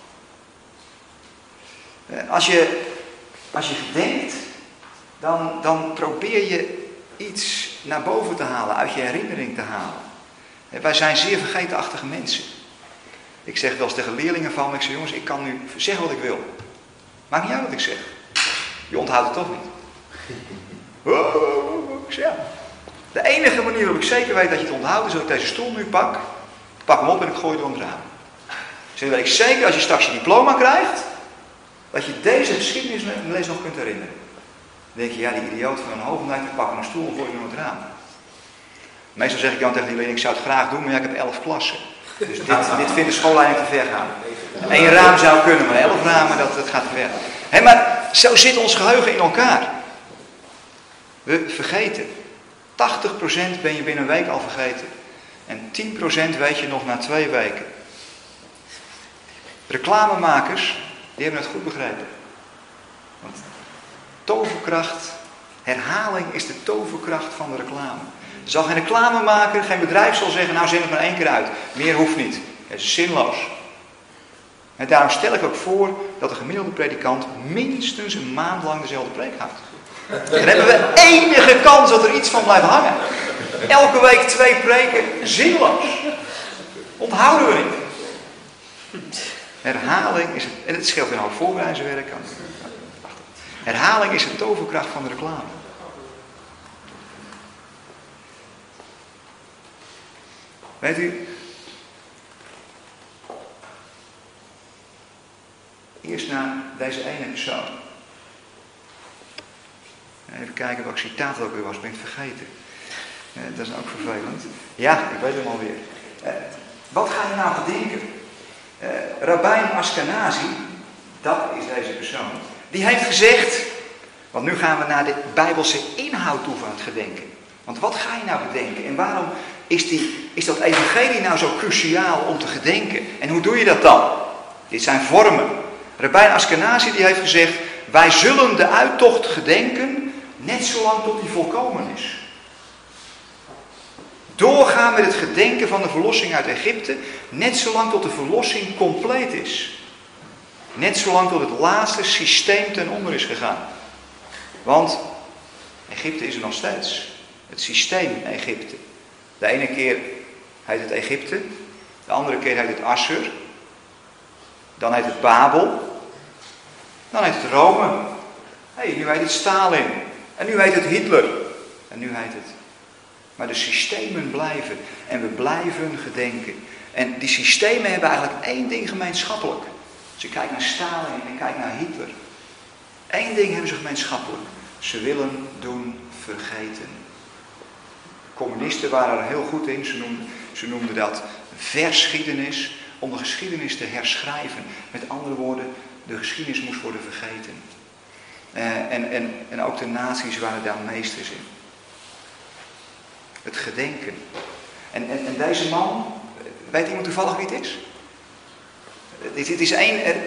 Speaker 1: Als je gedenkt, dan probeer je iets naar boven te halen, uit je herinnering te halen. Wij zijn zeer vergeetachtige mensen. Ik zeg wel eens tegen leerlingen van me, ik zeg, jongens, ik kan nu zeggen wat ik wil. Maakt niet uit wat ik zeg. Je onthoudt het toch niet. Ik zeg, ja. De enige manier waarop ik zeker weet dat je het onthoudt, is dat ik deze stoel nu pak. Ik pak hem op en ik gooi het onder de raam. Dus dan weet ik zeker, als je straks je diploma krijgt, dat je deze geschiedenisles nog kunt herinneren. Dan denk je, ja, die idioot van een Hogendijk, ik pak een stoel en gooi hem onder het raam. Meestal zeg ik dan tegen die leerling, ik zou het graag doen, maar ja, ik heb 11 klassen. Dus dit vindt de schoolleiding te ver gaan. 1 raam zou kunnen, maar 11 ramen, dat gaat te ver. Maar zo zit ons geheugen in elkaar. We vergeten. 80% ben je binnen een week al vergeten. En 10% weet je nog na 2 weken. Reclamemakers, die hebben het goed begrepen. Want toverkracht, herhaling is de toverkracht van de reclame. Er zal geen reclame maken, geen bedrijf zal zeggen, nou zend het maar 1 keer uit. Meer hoeft niet. Het is zinloos. En daarom stel ik ook voor dat de gemiddelde predikant minstens een maand lang dezelfde preek houdt. Dan hebben we enige kans dat er iets van blijft hangen. Elke week 2 preken, zinloos. Onthouden we niet. Herhaling is het, en het scheelt in een hoop voorbereidingswerk. Herhaling is de toverkracht van de reclame. Weet u, eerst naar deze ene persoon. Even kijken welk citaat dat ook weer was, ben ik het vergeten. Dat is ook vervelend. Ja, ik weet hem alweer. Wat ga je nou gedenken? Rabbijn Ashkenazi, dat is deze persoon, die heeft gezegd, want nu gaan we naar de Bijbelse inhoud toe van het gedenken. Want wat ga je nou gedenken? En waarom is dat evangelie nou zo cruciaal om te gedenken? En hoe doe je dat dan? Dit zijn vormen. Rabbijn Ashkenazi die heeft gezegd, wij zullen de uittocht gedenken, net zolang tot die volkomen is. Doorgaan met het gedenken van de verlossing uit Egypte, net zolang tot de verlossing compleet is. Net zolang tot het laatste systeem ten onder is gegaan. Want Egypte is er nog steeds. Het systeem Egypte. De ene keer heet het Egypte, de andere keer heet het Assur. Dan heet het Babel. Dan heet het Rome. Nu heet het Stalin. En nu heet het Hitler. En nu heet het. Maar de systemen blijven. En we blijven gedenken. En die systemen hebben eigenlijk 1 ding gemeenschappelijk. Als je kijkt naar Stalin en je kijkt naar Hitler. 1 ding hebben ze gemeenschappelijk. Ze willen doen vergeten. Communisten waren er heel goed in. Ze noemden dat verschiedenis. Om de geschiedenis te herschrijven. Met andere woorden, de geschiedenis moest worden vergeten. En ook de nazi's waren daar meesters in. Het gedenken. En deze man, weet iemand toevallig wie het is? Dit is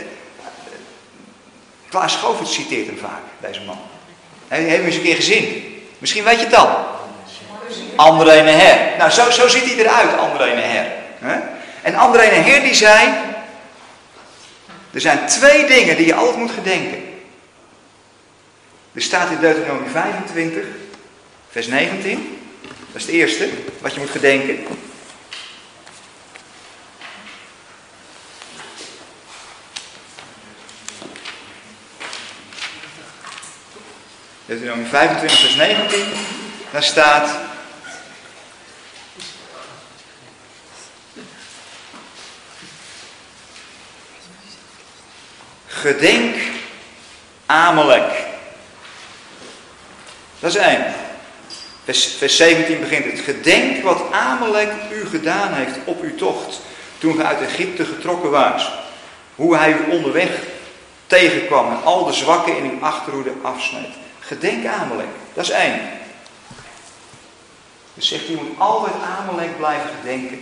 Speaker 1: Klaas Schofert citeert hem vaak, deze man. Hij heeft hem eens een keer gezien. Misschien weet je het dan. André Neher. Nou, zo ziet hij eruit, André Neher. En André Neher die zei, er zijn 2 dingen die je altijd moet gedenken. Er staat in Deuteronomie 25, vers 19. Dat is het eerste wat je moet gedenken. Deuteronomie 25, vers 19. Daar staat... Gedenk Amalek. Dat is 1. Vers 17 begint het. Gedenk wat Amalek u gedaan heeft op uw tocht. Toen ge uit Egypte getrokken waart. Hoe hij u onderweg tegenkwam. En al de zwakken in uw achterhoede afsneed. Gedenk Amalek. Dat is 1. Dus zegt hij, je moet altijd Amalek blijven gedenken.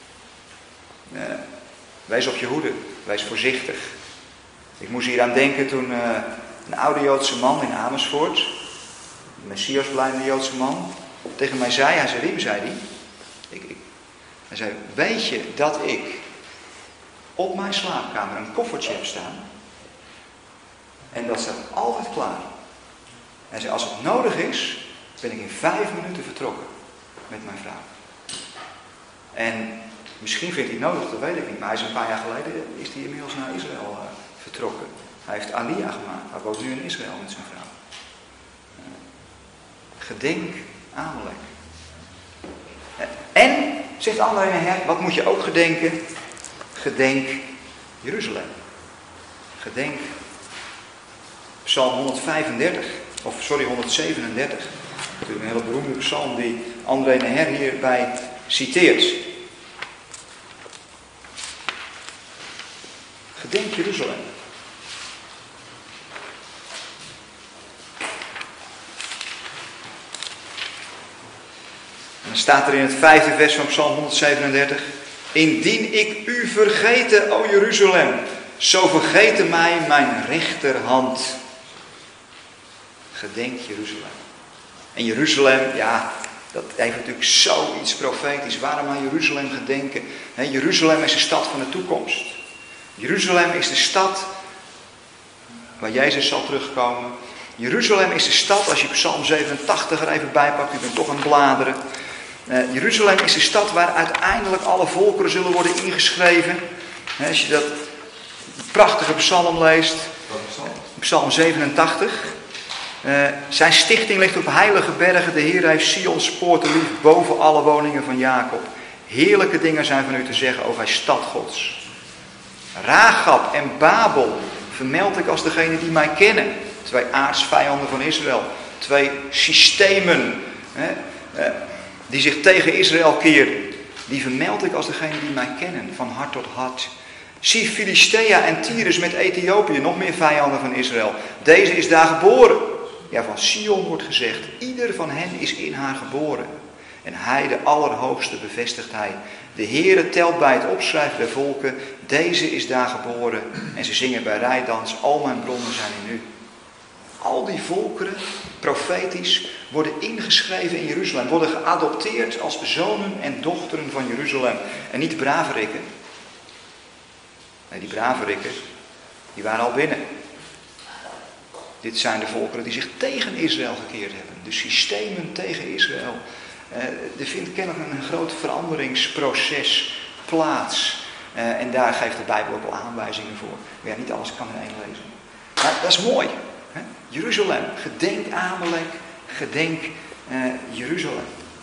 Speaker 1: Wees op je hoede. Wees voorzichtig. Ik moest hier aan denken toen een oude Joodse man in Amersfoort, een Messias blijvende Joodse man, tegen mij zei, hij zei, Wim, zei hij, hij zei, weet je dat ik op mijn slaapkamer een koffertje heb staan en dat staat altijd klaar. Hij zei, als het nodig is, ben ik in 5 minuten vertrokken met mijn vrouw. En misschien vindt hij het nodig, dat weet ik niet, maar hij is een paar jaar geleden, is hij inmiddels naar Israël vertrokken. Hij heeft Aliyah gemaakt. Hij woont nu in Israël met zijn vrouw. Gedenk Amalek. En, zegt André Neher, wat moet je ook gedenken? Gedenk Jeruzalem. Gedenk Psalm 137. Of sorry, 137. Natuurlijk een hele beroemde psalm die André Neher hierbij citeert. Gedenk Jeruzalem. En dan staat er in het 5e vers van Psalm 137. Indien ik u vergeten, o Jeruzalem, zo vergeten mij mijn rechterhand. Gedenk Jeruzalem. En Jeruzalem, ja, Dat heeft natuurlijk zoiets profetisch. Waarom aan Jeruzalem gedenken? Jeruzalem is de stad van de toekomst. Jeruzalem is de stad waar Jezus zal terugkomen. Jeruzalem is de stad, als je Psalm 87 er even bij pakt, u bent toch aan het bladeren. Jeruzalem is de stad waar uiteindelijk alle volkeren zullen worden ingeschreven. Als je dat prachtige psalm leest, Psalm 87. Zijn stichting ligt op heilige bergen. De Heer heeft Sions poorten lief boven alle woningen van Jacob. Heerlijke dingen zijn van u te zeggen over hij stad Gods. Ragab en Babel vermeld ik als degene die mij kennen. 2 aartsvijanden van Israël. 2 systemen die zich tegen Israël keren. Die vermeld ik als degene die mij kennen, van hart tot hart. Zie Filistea en Tyrus met Ethiopië, nog meer vijanden van Israël. Deze is daar geboren. Ja, van Sion wordt gezegd, ieder van hen is in haar geboren. En hij, de Allerhoogste, bevestigt hij. De Heere telt bij het opschrijven der volken, deze is daar geboren. En ze zingen bij rijdans, al mijn bronnen zijn in u. Al die volkeren, profetisch, worden ingeschreven in Jeruzalem. Worden geadopteerd als zonen en dochteren van Jeruzalem. En niet de braverikken. Nee, die braverikken, die waren al binnen. Dit zijn de volkeren die zich tegen Israël gekeerd hebben. De systemen tegen Israël. Er vindt kennelijk een groot veranderingsproces plaats. En daar geeft de Bijbel ook wel aanwijzingen voor. Maar ja, niet alles kan in één lezen. Maar dat is mooi. Hè? Jeruzalem. Gedenk Amalek. Gedenk Jeruzalem.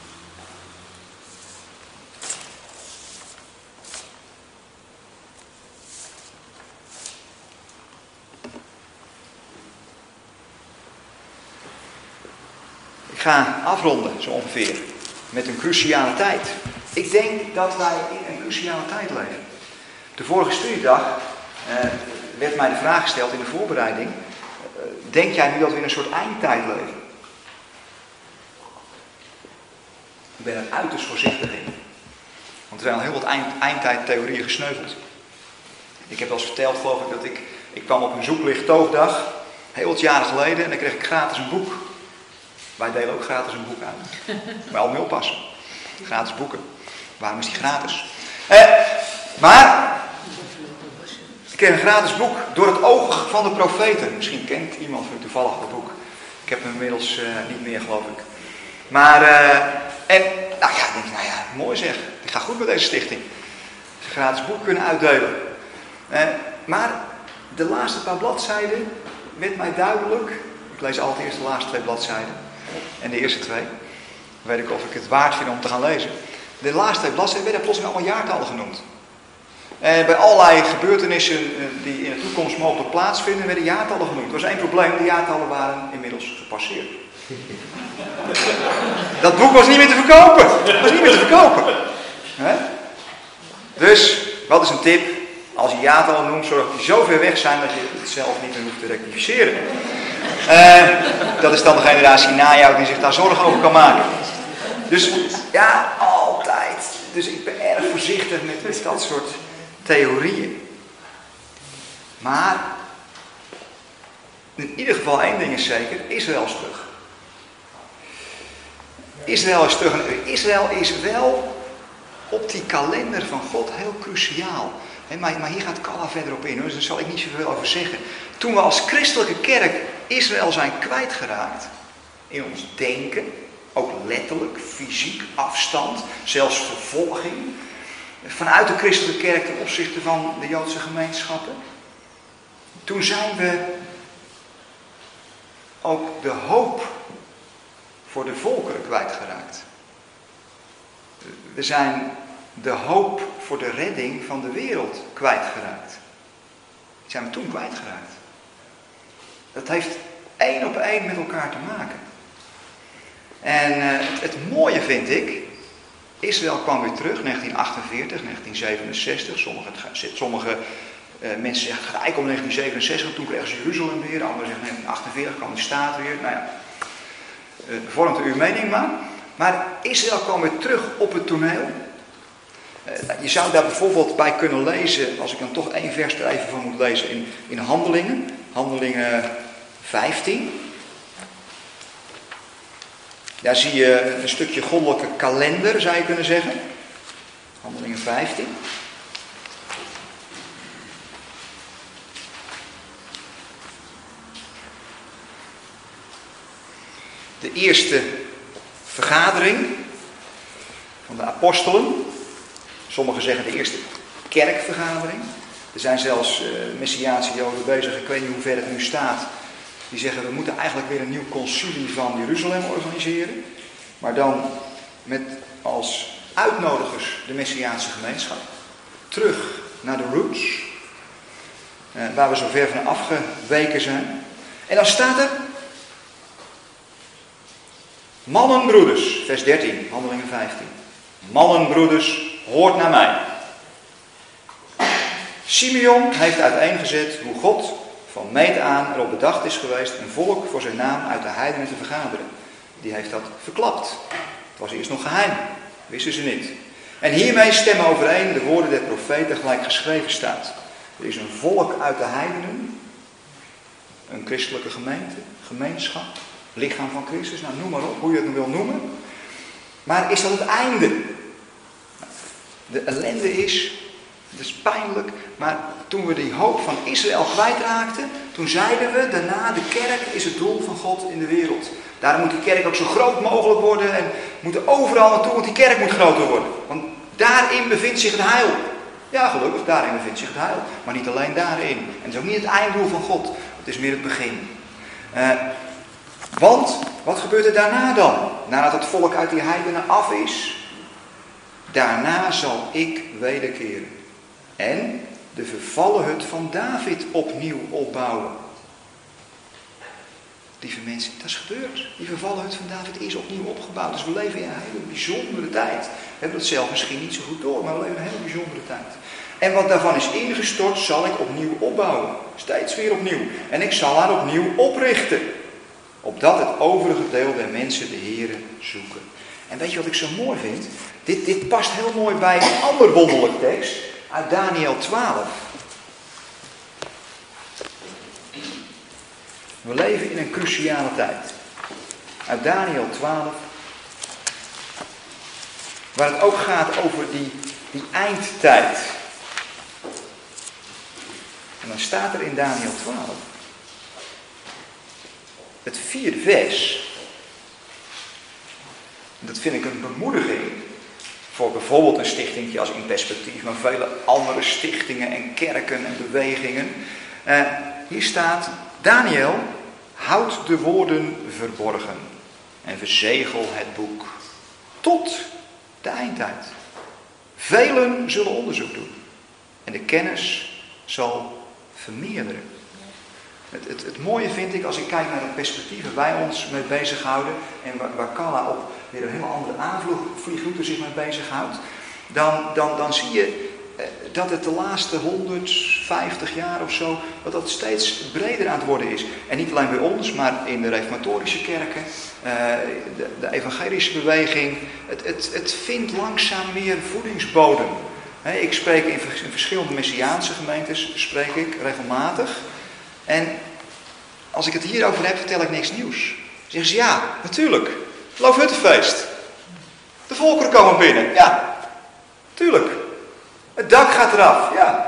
Speaker 1: Ik ga afronden, zo ongeveer, met een cruciale tijd. Ik denk dat wij in een cruciale tijd leven. De vorige studiedag werd mij de vraag gesteld in de voorbereiding. Denk jij nu dat we in een soort eindtijd leven? Ik ben er uiterst voorzichtig in. Want er zijn al heel wat eindtijdtheorieën gesneuveld. Ik heb wel eens verteld, geloof ik, dat ik kwam op een zoeklichttoogdag, heel wat jaren geleden, en dan kreeg ik gratis een boek. Wij delen ook gratis een boek uit. Maar al mee oppassen. Gratis boeken. Waarom is die gratis? Maar ik kreeg een gratis boek door het oog van de profeten. Misschien kent iemand van u toevallig het boek. Ik heb hem inmiddels niet meer, geloof ik. Maar, mooi zeg. Ik ga goed met deze stichting. Ze een gratis boek kunnen uitdelen. Maar de laatste paar bladzijden werd mij duidelijk. Ik lees altijd eerst de laatste 2 bladzijden. En de eerste 2. Dan weet ik of ik het waard vind om te gaan lezen. De laatste 2 bladzijden werden plotseling allemaal jaartallen genoemd. En bij allerlei gebeurtenissen die in de toekomst mogelijk plaatsvinden, werden jaartallen genoemd. Er was 1 probleem, de jaartallen waren inmiddels gepasseerd. Dat boek was niet meer te verkopen. Het was niet meer te verkopen. Dus, wat is een tip? Als je jaartallen noemt, zorg dat die zo ver weg zijn dat je het zelf niet meer hoeft te rectificeren. Dat is dan de generatie na jou die zich daar zorgen over kan maken. Dus ja, altijd. Dus ik ben erg voorzichtig met dat soort theorieën. Maar in ieder geval 1 ding is zeker, Israël is terug. Israël is terug en Israël is wel op die kalender van God heel cruciaal. Maar hier gaat Kalla verder op in, dus daar zal ik niet zoveel over zeggen. Toen we als christelijke kerk Israël zijn kwijtgeraakt in ons denken, ook letterlijk, fysiek, afstand, zelfs vervolging, vanuit de christelijke kerk ten opzichte van de Joodse gemeenschappen. Toen zijn we ook de hoop voor de volkeren kwijtgeraakt. We zijn de hoop voor de redding van de wereld kwijtgeraakt. Die zijn we toen kwijtgeraakt. Dat heeft 1 op 1 met elkaar te maken. En het mooie vind ik, Israël kwam weer terug, 1948, 1967. Sommige mensen zeggen gelijk om 1967, toen kregen ze Jeruzalem weer. Anderen zeggen 1948 kwam de staat weer. Nou ja, vormt u uw mening maar. Maar Israël kwam weer terug op het toneel. Je zou daar bijvoorbeeld bij kunnen lezen, als ik dan toch 1 vers er even van moet lezen, in Handelingen. Handelingen 15. Daar zie je een stukje goddelijke kalender, zou je kunnen zeggen. Handelingen 15. De eerste vergadering van de apostelen. Sommigen zeggen de eerste kerkvergadering. Er zijn zelfs Messiaanse Joden bezig, ik weet niet hoe ver het nu staat. Die zeggen we moeten eigenlijk weer een nieuw concilie van Jeruzalem organiseren. Maar dan met als uitnodigers de Messiaanse gemeenschap. Terug naar de roots. Waar we zo ver van afgeweken zijn. En dan staat er... Mannen, broeders, vers 13, Handelingen 15. Mannen, broeders, hoort naar mij. Simeon heeft uiteengezet hoe God van meet aan erop bedacht is geweest een volk voor zijn naam uit de heidenen te vergaderen. Die heeft dat verklapt. Het was eerst nog geheim, wisten ze niet. En hiermee stemmen overeen de woorden der profeten gelijk geschreven staat. Er is een volk uit de heidenen, een christelijke gemeente, gemeenschap, lichaam van Christus, nou noem maar op, hoe je het wil noemen. Maar is dat het einde? De ellende is, het is pijnlijk, maar toen we die hoop van Israël kwijtraakten, toen zeiden we, daarna de kerk is het doel van God in de wereld. Daarom moet die kerk ook zo groot mogelijk worden en moeten overal naartoe, want die kerk moet groter worden. Want daarin bevindt zich het heil. Ja, gelukkig, daarin bevindt zich het heil. Maar niet alleen daarin. En het is ook niet het einddoel van God, het is meer het begin. Want, wat gebeurt er daarna dan? Nadat het volk uit die heidenen af is, daarna zal ik wederkeren. En de vervallen hut van David opnieuw opbouwen. Lieve mensen, dat is gebeurd. Die vervallen hut van David is opnieuw opgebouwd. Dus we leven in een hele bijzondere tijd. We hebben het zelf misschien niet zo goed door, maar we leven in een hele bijzondere tijd. En wat daarvan is ingestort, zal ik opnieuw opbouwen. Steeds weer opnieuw. En ik zal haar opnieuw oprichten. Opdat het overige deel der mensen de Here zoeken. En weet je wat ik zo mooi vind? Dit past heel mooi bij een ander wonderlijk tekst uit Daniel 12. We leven in een cruciale tijd. Uit Daniel 12. Waar het ook gaat over die eindtijd. En dan staat er in Daniel 12. Het 4e vers. Dat vind ik een bemoediging. Voor bijvoorbeeld een stichtingje als In Perspectief. Maar vele andere stichtingen en kerken en bewegingen. Hier staat... Daniel, houd de woorden verborgen. En verzegel het boek. Tot de eindtijd. Velen zullen onderzoek doen. En de kennis zal vermeerderen. Het mooie vind ik als ik kijk naar de perspectieven waar wij ons mee bezighouden. En waar Carla op weer een hele andere aanvliegroute zich mee bezighoudt. Dan zie je dat het de laatste 150 jaar of zo, dat steeds breder aan het worden is. En niet alleen bij ons, maar in de reformatorische kerken, de evangelische beweging. Het vindt langzaam meer voedingsbodem. Ik spreek in verschillende Messiaanse gemeentes, spreek ik regelmatig. En als ik het hierover heb, vertel ik niks nieuws. Dan zeggen ze, ja, natuurlijk, Loofhuttenfeest. De volkeren komen binnen, ja, tuurlijk. Het dak gaat eraf, ja.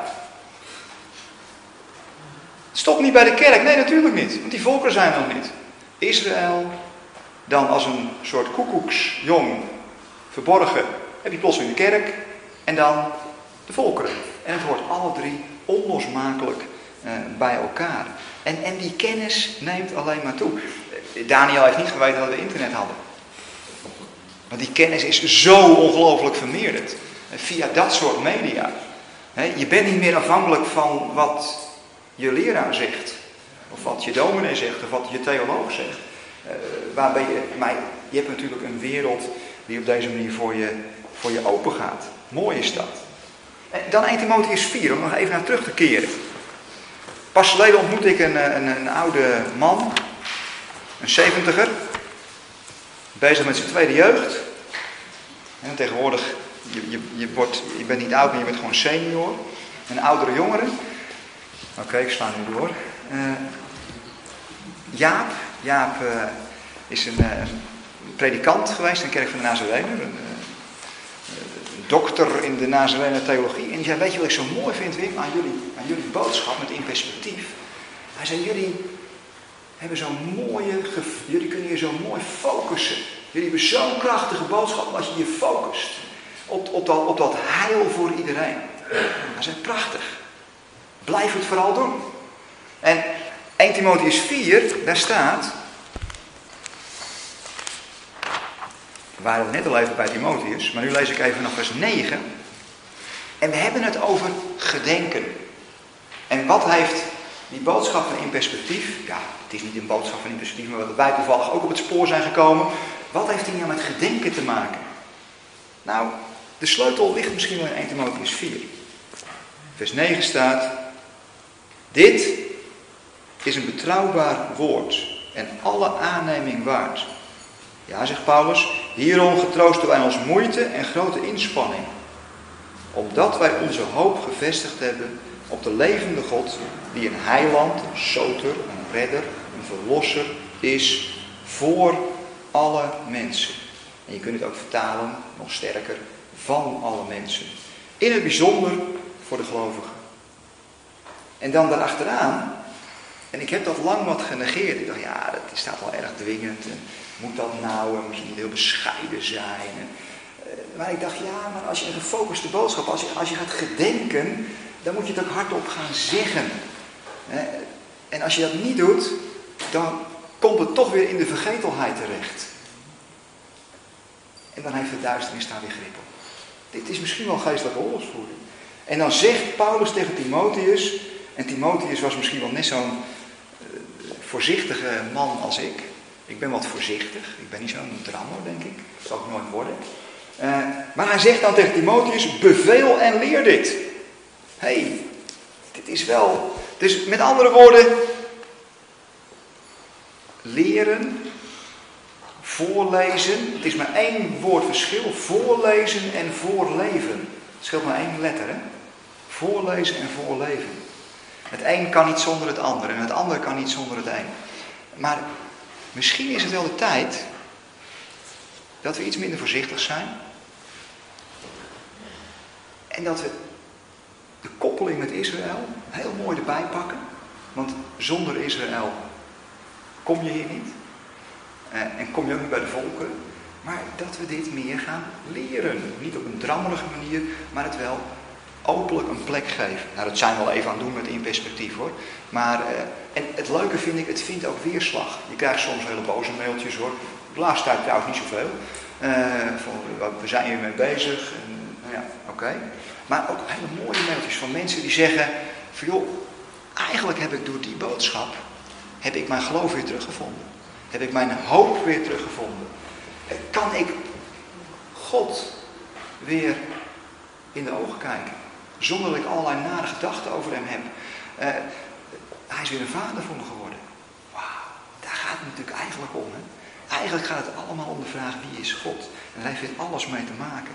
Speaker 1: Het stopt niet bij de kerk, nee, natuurlijk niet. Want die volkeren zijn er nog niet. Israël, dan als een soort koekoeksjong verborgen, heb je plotseling de kerk. En dan de volkeren. En het hoort alle drie onlosmakelijk bij elkaar. En die kennis neemt alleen maar toe. Daniel heeft niet geweten dat we internet hadden. Want die kennis is zo ongelooflijk vermeerderd. Via dat soort media. Je bent niet meer afhankelijk van wat je leraar zegt. Of wat je dominee zegt. Of wat je theoloog zegt. Maar je hebt natuurlijk een wereld die op deze manier voor je open gaat. Mooi is dat. Dan 1 Timotheüs 4, om nog even naar terug te keren. Pas geleden ontmoette ik een oude man. Een 70er. Bezig met zijn tweede jeugd. En tegenwoordig, je bent niet oud, maar je bent gewoon senior. Een oudere jongere. Oké, ik sla nu door. Jaap is predikant geweest in de kerk van de Nazarener. Een dokter in de Nazarener theologie. En die zei, weet je wat ik zo mooi vind, Wim, aan jullie boodschap met in perspectief? Hij zei, jullie kunnen je zo mooi focussen. Jullie hebben zo'n krachtige boodschap als je je focust op dat heil voor iedereen. Hij zei, prachtig. Blijf het vooral doen. En 1 Timotheüs 4, daar staat... We waren net al even bij Timotheüs, maar nu lees ik even nog vers 9. En we hebben het over gedenken. En wat heeft die boodschap van in perspectief? Ja, het is niet een boodschap van in perspectief, maar dat wij toevallig ook op het spoor zijn gekomen. Wat heeft die nou met gedenken te maken? Nou, de sleutel ligt misschien wel in 1 Timotheüs 4. Vers 9 staat... Dit is een betrouwbaar woord en alle aanneming waard. Ja, zegt Paulus, hierom getroosten wij ons moeite en grote inspanning. Omdat wij onze hoop gevestigd hebben op de levende God, die een heiland, een soter, een redder, een verlosser is voor alle mensen. En je kunt het ook vertalen, nog sterker, van alle mensen. In het bijzonder voor de gelovigen. En dan daarachteraan, en ik heb dat lang wat genegeerd. Ik dacht, ja, dat staat wel erg dwingend. En moet dat nou? En moet je niet heel bescheiden zijn? Maar ik dacht, ja, maar als je een gefocuste boodschap, als je gaat gedenken, dan moet je het ook hardop gaan zeggen. En als je dat niet doet, dan komt het toch weer in de vergetelheid terecht. En dan heeft de duisternis daar weer grip op. Dit is misschien wel geestelijke oorlogsvoering. En dan zegt Paulus tegen Timotheüs, en Timotheüs was misschien wel net zo'n voorzichtige man als ik. Ik ben wat voorzichtig, ik ben niet zo'n drammer, denk ik. Dat zal ik nooit worden. Maar hij zegt dan tegen Timotheüs, beveel en leer dit. Dit is wel... Dus met andere woorden, leren, voorlezen. Het is maar 1 woord verschil, voorlezen en voorleven. Het scheelt maar 1 letter, hè. Voorlezen en voorleven. Het een kan niet zonder het ander en het ander kan niet zonder het een. Maar misschien is het wel de tijd dat we iets minder voorzichtig zijn. En dat we de koppeling met Israël heel mooi erbij pakken. Want zonder Israël kom je hier niet. En kom je ook niet bij de volken. Maar dat we dit meer gaan leren. Niet op een drammerige manier, maar het wel openlijk een plek geven. Nou, dat zijn we wel even aan het doen met in perspectief, hoor. Maar, en het leuke vind ik, het vindt ook weerslag. Je krijgt soms hele boze mailtjes, hoor. De laatste tijd trouwens niet zoveel. We zijn hier mee bezig. En, nou ja, oké. Maar ook hele mooie mailtjes van mensen die zeggen van, joh, eigenlijk heb ik door die boodschap, heb ik mijn geloof weer teruggevonden. Heb ik mijn hoop weer teruggevonden. Kan ik God weer in de ogen kijken. Zonder dat ik allerlei nare gedachten over hem heb. Hij is weer een vader voor me geworden. Wauw, daar gaat het natuurlijk eigenlijk om. Hè? Eigenlijk gaat het allemaal om de vraag, wie is God? En daar heeft dit alles mee te maken.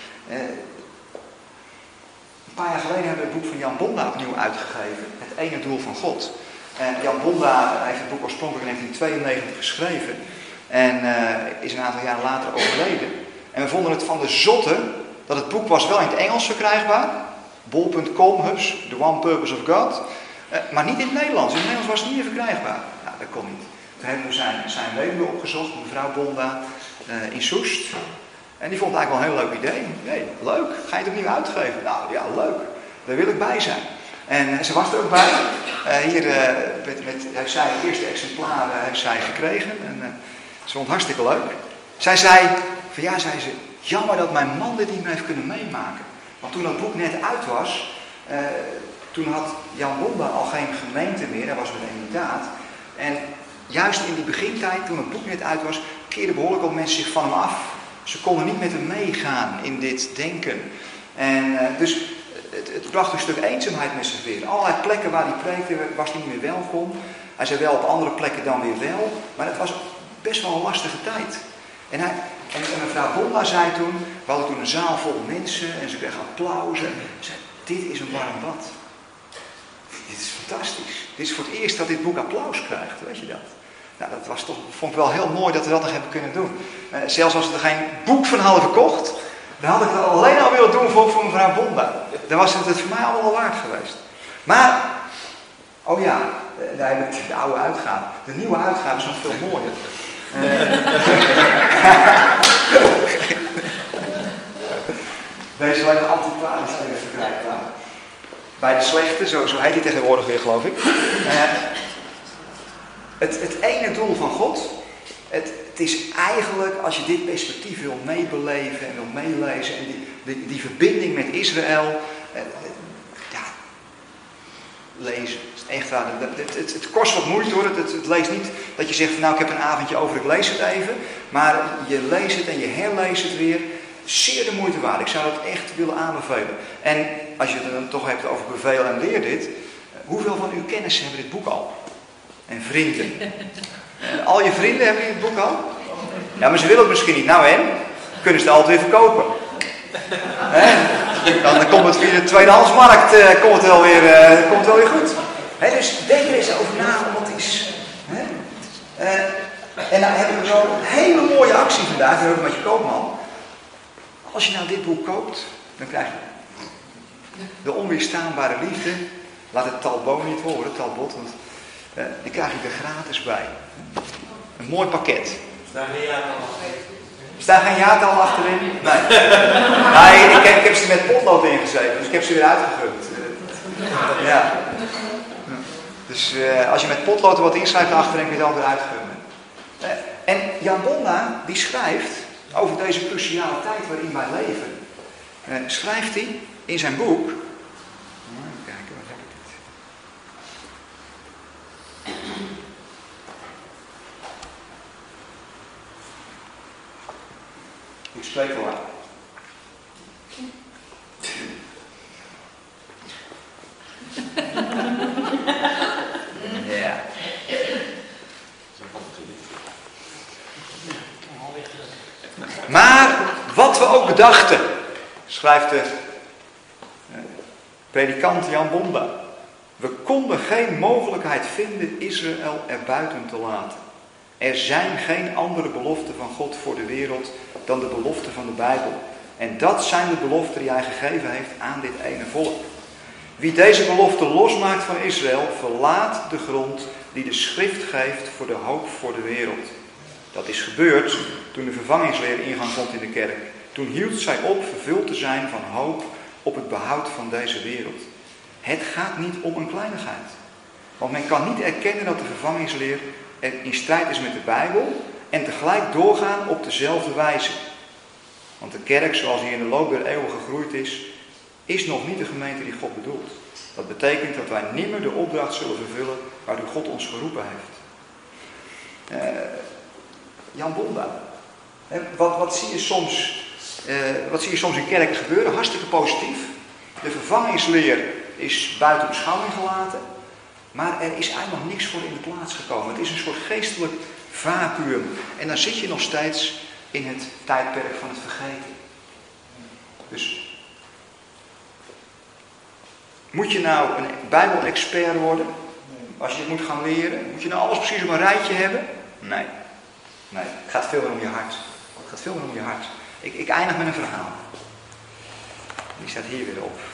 Speaker 1: Een paar jaar geleden hebben we het boek van Jan Bonda opnieuw uitgegeven. Het ene doel van God. Jan Bonda heeft het boek oorspronkelijk in 1992 geschreven. En is een aantal jaren later overleden. En we vonden het van de zotte dat het boek was wel in het Engels verkrijgbaar. Bol.com, The One Purpose of God. Maar niet in het Nederlands. In het Nederlands was het niet meer verkrijgbaar. Nou, dat kon niet. Toen hebben we zijn weduwe opgezocht, mevrouw Bonda, in Soest. En die vond het eigenlijk wel een heel leuk idee. Nee, leuk. Ga je het opnieuw uitgeven? Nou ja, leuk. Daar wil ik bij zijn. En ze was er ook bij. Hier heeft zij het eerste exemplaar heeft zij gekregen. En ze vond het hartstikke leuk. Zij zei, zei ze, jammer dat mijn man dit niet meer heeft kunnen meemaken. Want toen dat boek net uit was, toen had Jan Bonda al geen gemeente meer, hij was met een inderdaad. En juist in die begintijd, toen het boek net uit was, keerden behoorlijk wat mensen zich van hem af. Ze konden niet met hem meegaan in dit denken. En dus het bracht een stuk eenzaamheid met zich weer. Allerlei plekken waar hij preekte was hij niet meer welkom. Hij zei wel op andere plekken dan weer wel. Maar het was best wel een lastige tijd. En mevrouw Bonda zei toen, we hadden toen een zaal vol mensen en ze kregen applaus. En ze zei, dit is een warm bad. Dit is fantastisch. Dit is voor het eerst dat dit boek applaus krijgt, weet je dat? Nou, vond ik wel heel mooi dat we dat nog hebben kunnen doen. Zelfs als we er geen boek van hadden verkocht, dan had ik het alleen al willen doen voor mevrouw Bonda. Dan was het voor mij allemaal waard geweest. Maar, oh ja, daar heb ik de oude uitgave. De nieuwe uitgave is nog veel mooier. Deze lijkt antiquarisch even verkrijgbaar. Bij de slechte, zo heet die tegenwoordig weer, geloof ik. Het ene doel van God, het is eigenlijk, als je dit perspectief wil meebeleven en wil meelezen, en die verbinding met Israël, lezen. Echt waar. Het kost wat moeite hoor. Het leest niet dat je zegt van nou ik heb een avondje over, ik lees het even. Maar je leest het en je herleest het weer. Zeer de moeite waard. Ik zou dat echt willen aanbevelen. En als je het dan toch hebt over beveel en leer dit. Hoeveel van uw kennissen hebben dit boek al? En vrienden. Al je vrienden hebben dit boek al? Ja, maar ze willen het misschien niet. Nou en? Kunnen ze het altijd weer verkopen. Dan komt het via de tweedehandsmarkt komt het wel weer goed. Dus denk er eens over na, omdat het is. En dan hebben we zo een hele mooie actie vandaag, we met je koopman. Als je nou dit boek koopt, dan krijg je de onweerstaanbare liefde. Laat het talbot niet horen, talbot, want die krijg je er gratis bij. Een mooi pakket. Staat geen jaartal achterin? Nee, ik heb ze met potlood ingeschreven, dus ik heb ze weer uitgegund. Ja. Dus als je met potlood er wat inschrijft achterin, kun je het altijd uitgunnen. En Jan Bonda, die schrijft over deze cruciale tijd waarin wij leven. Schrijft hij in zijn boek. Even kijken, waar heb ik dit? Ik spreek wel aan. Ja. Maar wat we ook bedachten, schrijft de predikant Jan Bonda. We konden geen mogelijkheid vinden Israël erbuiten te laten. Er zijn geen andere beloften van God voor de wereld dan de beloften van de Bijbel. En dat zijn de beloften die hij gegeven heeft aan dit ene volk. Wie deze belofte losmaakt van Israël, verlaat de grond die de schrift geeft voor de hoop voor de wereld. Dat is gebeurd toen de vervangingsleer ingang vond in de kerk. Toen hield zij op vervuld te zijn van hoop op het behoud van deze wereld. Het gaat niet om een kleinigheid. Want men kan niet erkennen dat de vervangingsleer in strijd is met de Bijbel en tegelijk doorgaan op dezelfde wijze. Want de kerk, zoals die in de loop der eeuwen gegroeid is nog niet de gemeente die God bedoelt. Dat betekent dat wij nimmer de opdracht zullen vervullen waartoe God ons geroepen heeft. Jan Bonda. Wat zie je soms in kerken gebeuren? Hartstikke positief. De vervangingsleer is buiten beschouwing gelaten. Maar er is eigenlijk nog niks voor in de plaats gekomen. Het is een soort geestelijk vacuüm. En dan zit je nog steeds in het tijdperk van het vergeten. Dus moet je nou een Bijbel-expert worden? Als je het moet gaan leren? Moet je nou alles precies op een rijtje hebben? Nee. Het gaat veel meer om je hart. Het gaat veel meer om je hart. Ik eindig met een verhaal. Die staat hier weer op.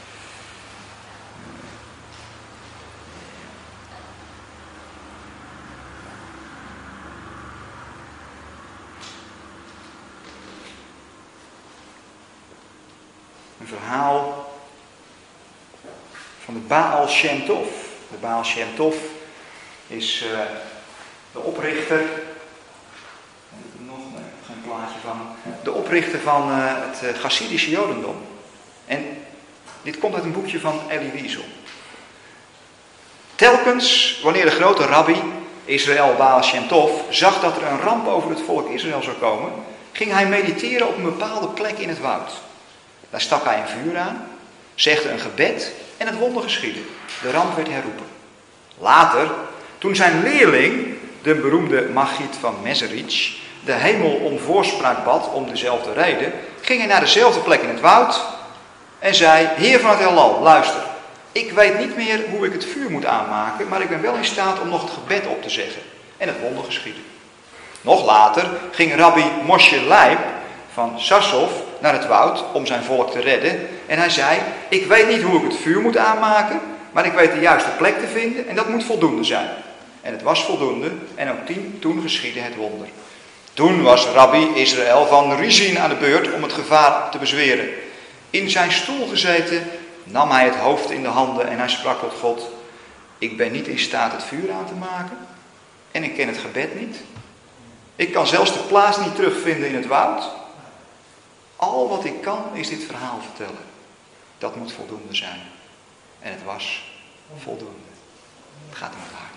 Speaker 1: Een verhaal van de Baal Shem Tov. De Baal Shem Tov is de oprichter. Geen plaatje van. De oprichter van het Chassidische Jodendom. En dit komt uit een boekje van Elie Wiesel. Telkens wanneer de grote rabbi Israël Baal Shem Tov zag dat er een ramp over het volk Israël zou komen, ging hij mediteren op een bepaalde plek in het woud. Daar stak hij een vuur aan, zegde een gebed en het wonder geschiedde. De ramp werd herroepen. Later, toen zijn leerling, de beroemde Magiet van Mezerich, de hemel om voorspraak bad om dezelfde reden, ging hij naar dezelfde plek in het woud en zei: Heer van het heelal, luister. Ik weet niet meer hoe ik het vuur moet aanmaken, maar ik ben wel in staat om nog het gebed op te zeggen. En het wonder geschiedde. Nog later ging rabbi Moshe Leib van Sassov naar het woud om zijn volk te redden. En hij zei, ik weet niet hoe ik het vuur moet aanmaken, maar ik weet de juiste plek te vinden en dat moet voldoende zijn. En het was voldoende en ook toen geschiedde het wonder. Toen was rabbi Israël van Rizin aan de beurt om het gevaar te bezweren. In zijn stoel gezeten nam hij het hoofd in de handen en hij sprak tot God. Ik ben niet in staat het vuur aan te maken en ik ken het gebed niet. Ik kan zelfs de plaats niet terugvinden in het woud. Al wat ik kan is dit verhaal vertellen. Dat moet voldoende zijn. En het was voldoende. Het gaat om het hart.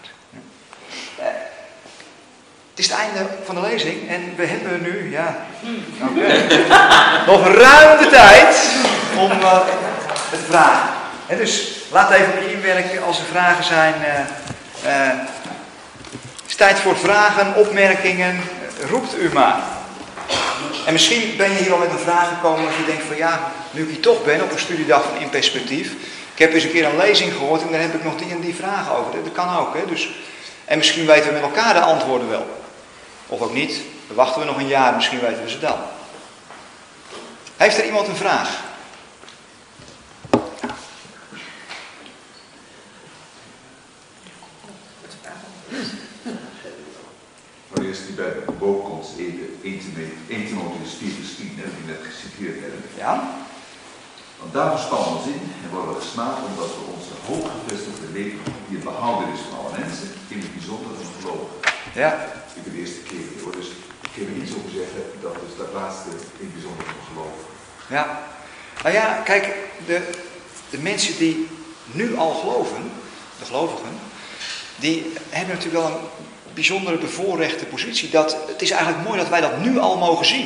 Speaker 1: Het is het einde van de lezing en we hebben nu, nog ruim de tijd om het te vragen. En dus laat even op je inwerken als er vragen zijn. Het is tijd voor vragen, opmerkingen, roept u maar. En misschien ben je hier al met een vraag gekomen als je denkt van nu ik hier toch ben op een studiedag van In Perspectief. Ik heb eens een keer een lezing gehoord en daar heb ik nog die en die vragen over. Dat kan ook, hè. Dus, en misschien weten we met elkaar de antwoorden wel. Of ook niet, dan wachten we nog een jaar, misschien weten we ze dan. Heeft er iemand een vraag?
Speaker 2: Voor eerst die bij de bovenkomst 1 Timotheüs 4:10, die net geciteerd hebben.
Speaker 1: Ja?
Speaker 2: Want daarvoor staan we zin en worden we gesmaakt omdat we onze hooggevestigde leven, die het behouden is van alle mensen, in het bijzonder van geloven.
Speaker 1: Ja.
Speaker 2: Ik ben de eerste keer hoor, dus ik kan er iets over zeggen, dat is dat laatste in het bijzonder van geloven.
Speaker 1: Ja. Nou ja, kijk, de mensen die nu al geloven, de gelovigen, die hebben natuurlijk wel een bijzondere bevoorrechte positie. Het is eigenlijk mooi dat wij dat nu al mogen zien.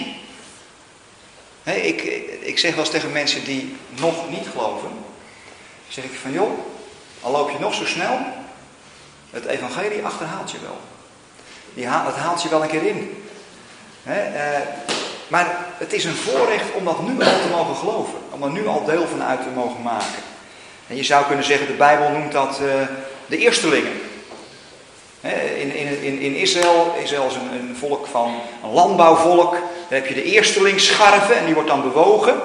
Speaker 1: Ik zeg wel eens tegen mensen die nog niet geloven, zeg ik van joh, al loop je nog zo snel, het evangelie achterhaalt je wel. Het haalt je wel een keer in. Maar het is een voorrecht om dat nu al te mogen geloven. Om er nu al deel van uit te mogen maken. En je zou kunnen zeggen, de Bijbel noemt dat de eerstelingen. In Israël is een volk van een landbouwvolk. Daar heb je de eerstelingsscharven en die wordt dan bewogen.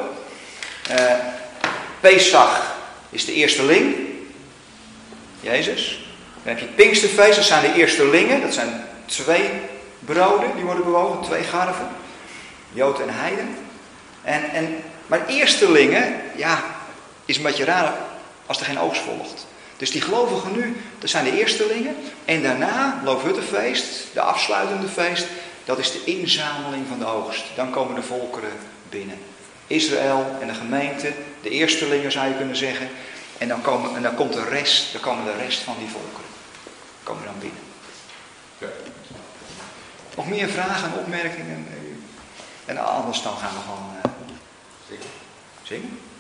Speaker 1: Pesach is de eersteling. Jezus. Dan heb je het Pinksterfeest, dat zijn de eerstelingen. Dat zijn 2 broden die worden bewogen, 2 garven. Jood en heiden. Maar eerstelingen, is een beetje raar als er geen oogst volgt. Dus die gelovigen nu, dat zijn de eerstelingen. En daarna, Loofhuttenfeest, de afsluitende feest, dat is de inzameling van de oogst. Dan komen de volkeren binnen. Israël en de gemeente, de eerstelingen zou je kunnen zeggen. En dan komt de rest, dan komen de rest van die volkeren. Komen dan binnen.
Speaker 2: Ja.
Speaker 1: Nog meer vragen en opmerkingen? En anders dan gaan we gewoon zingen.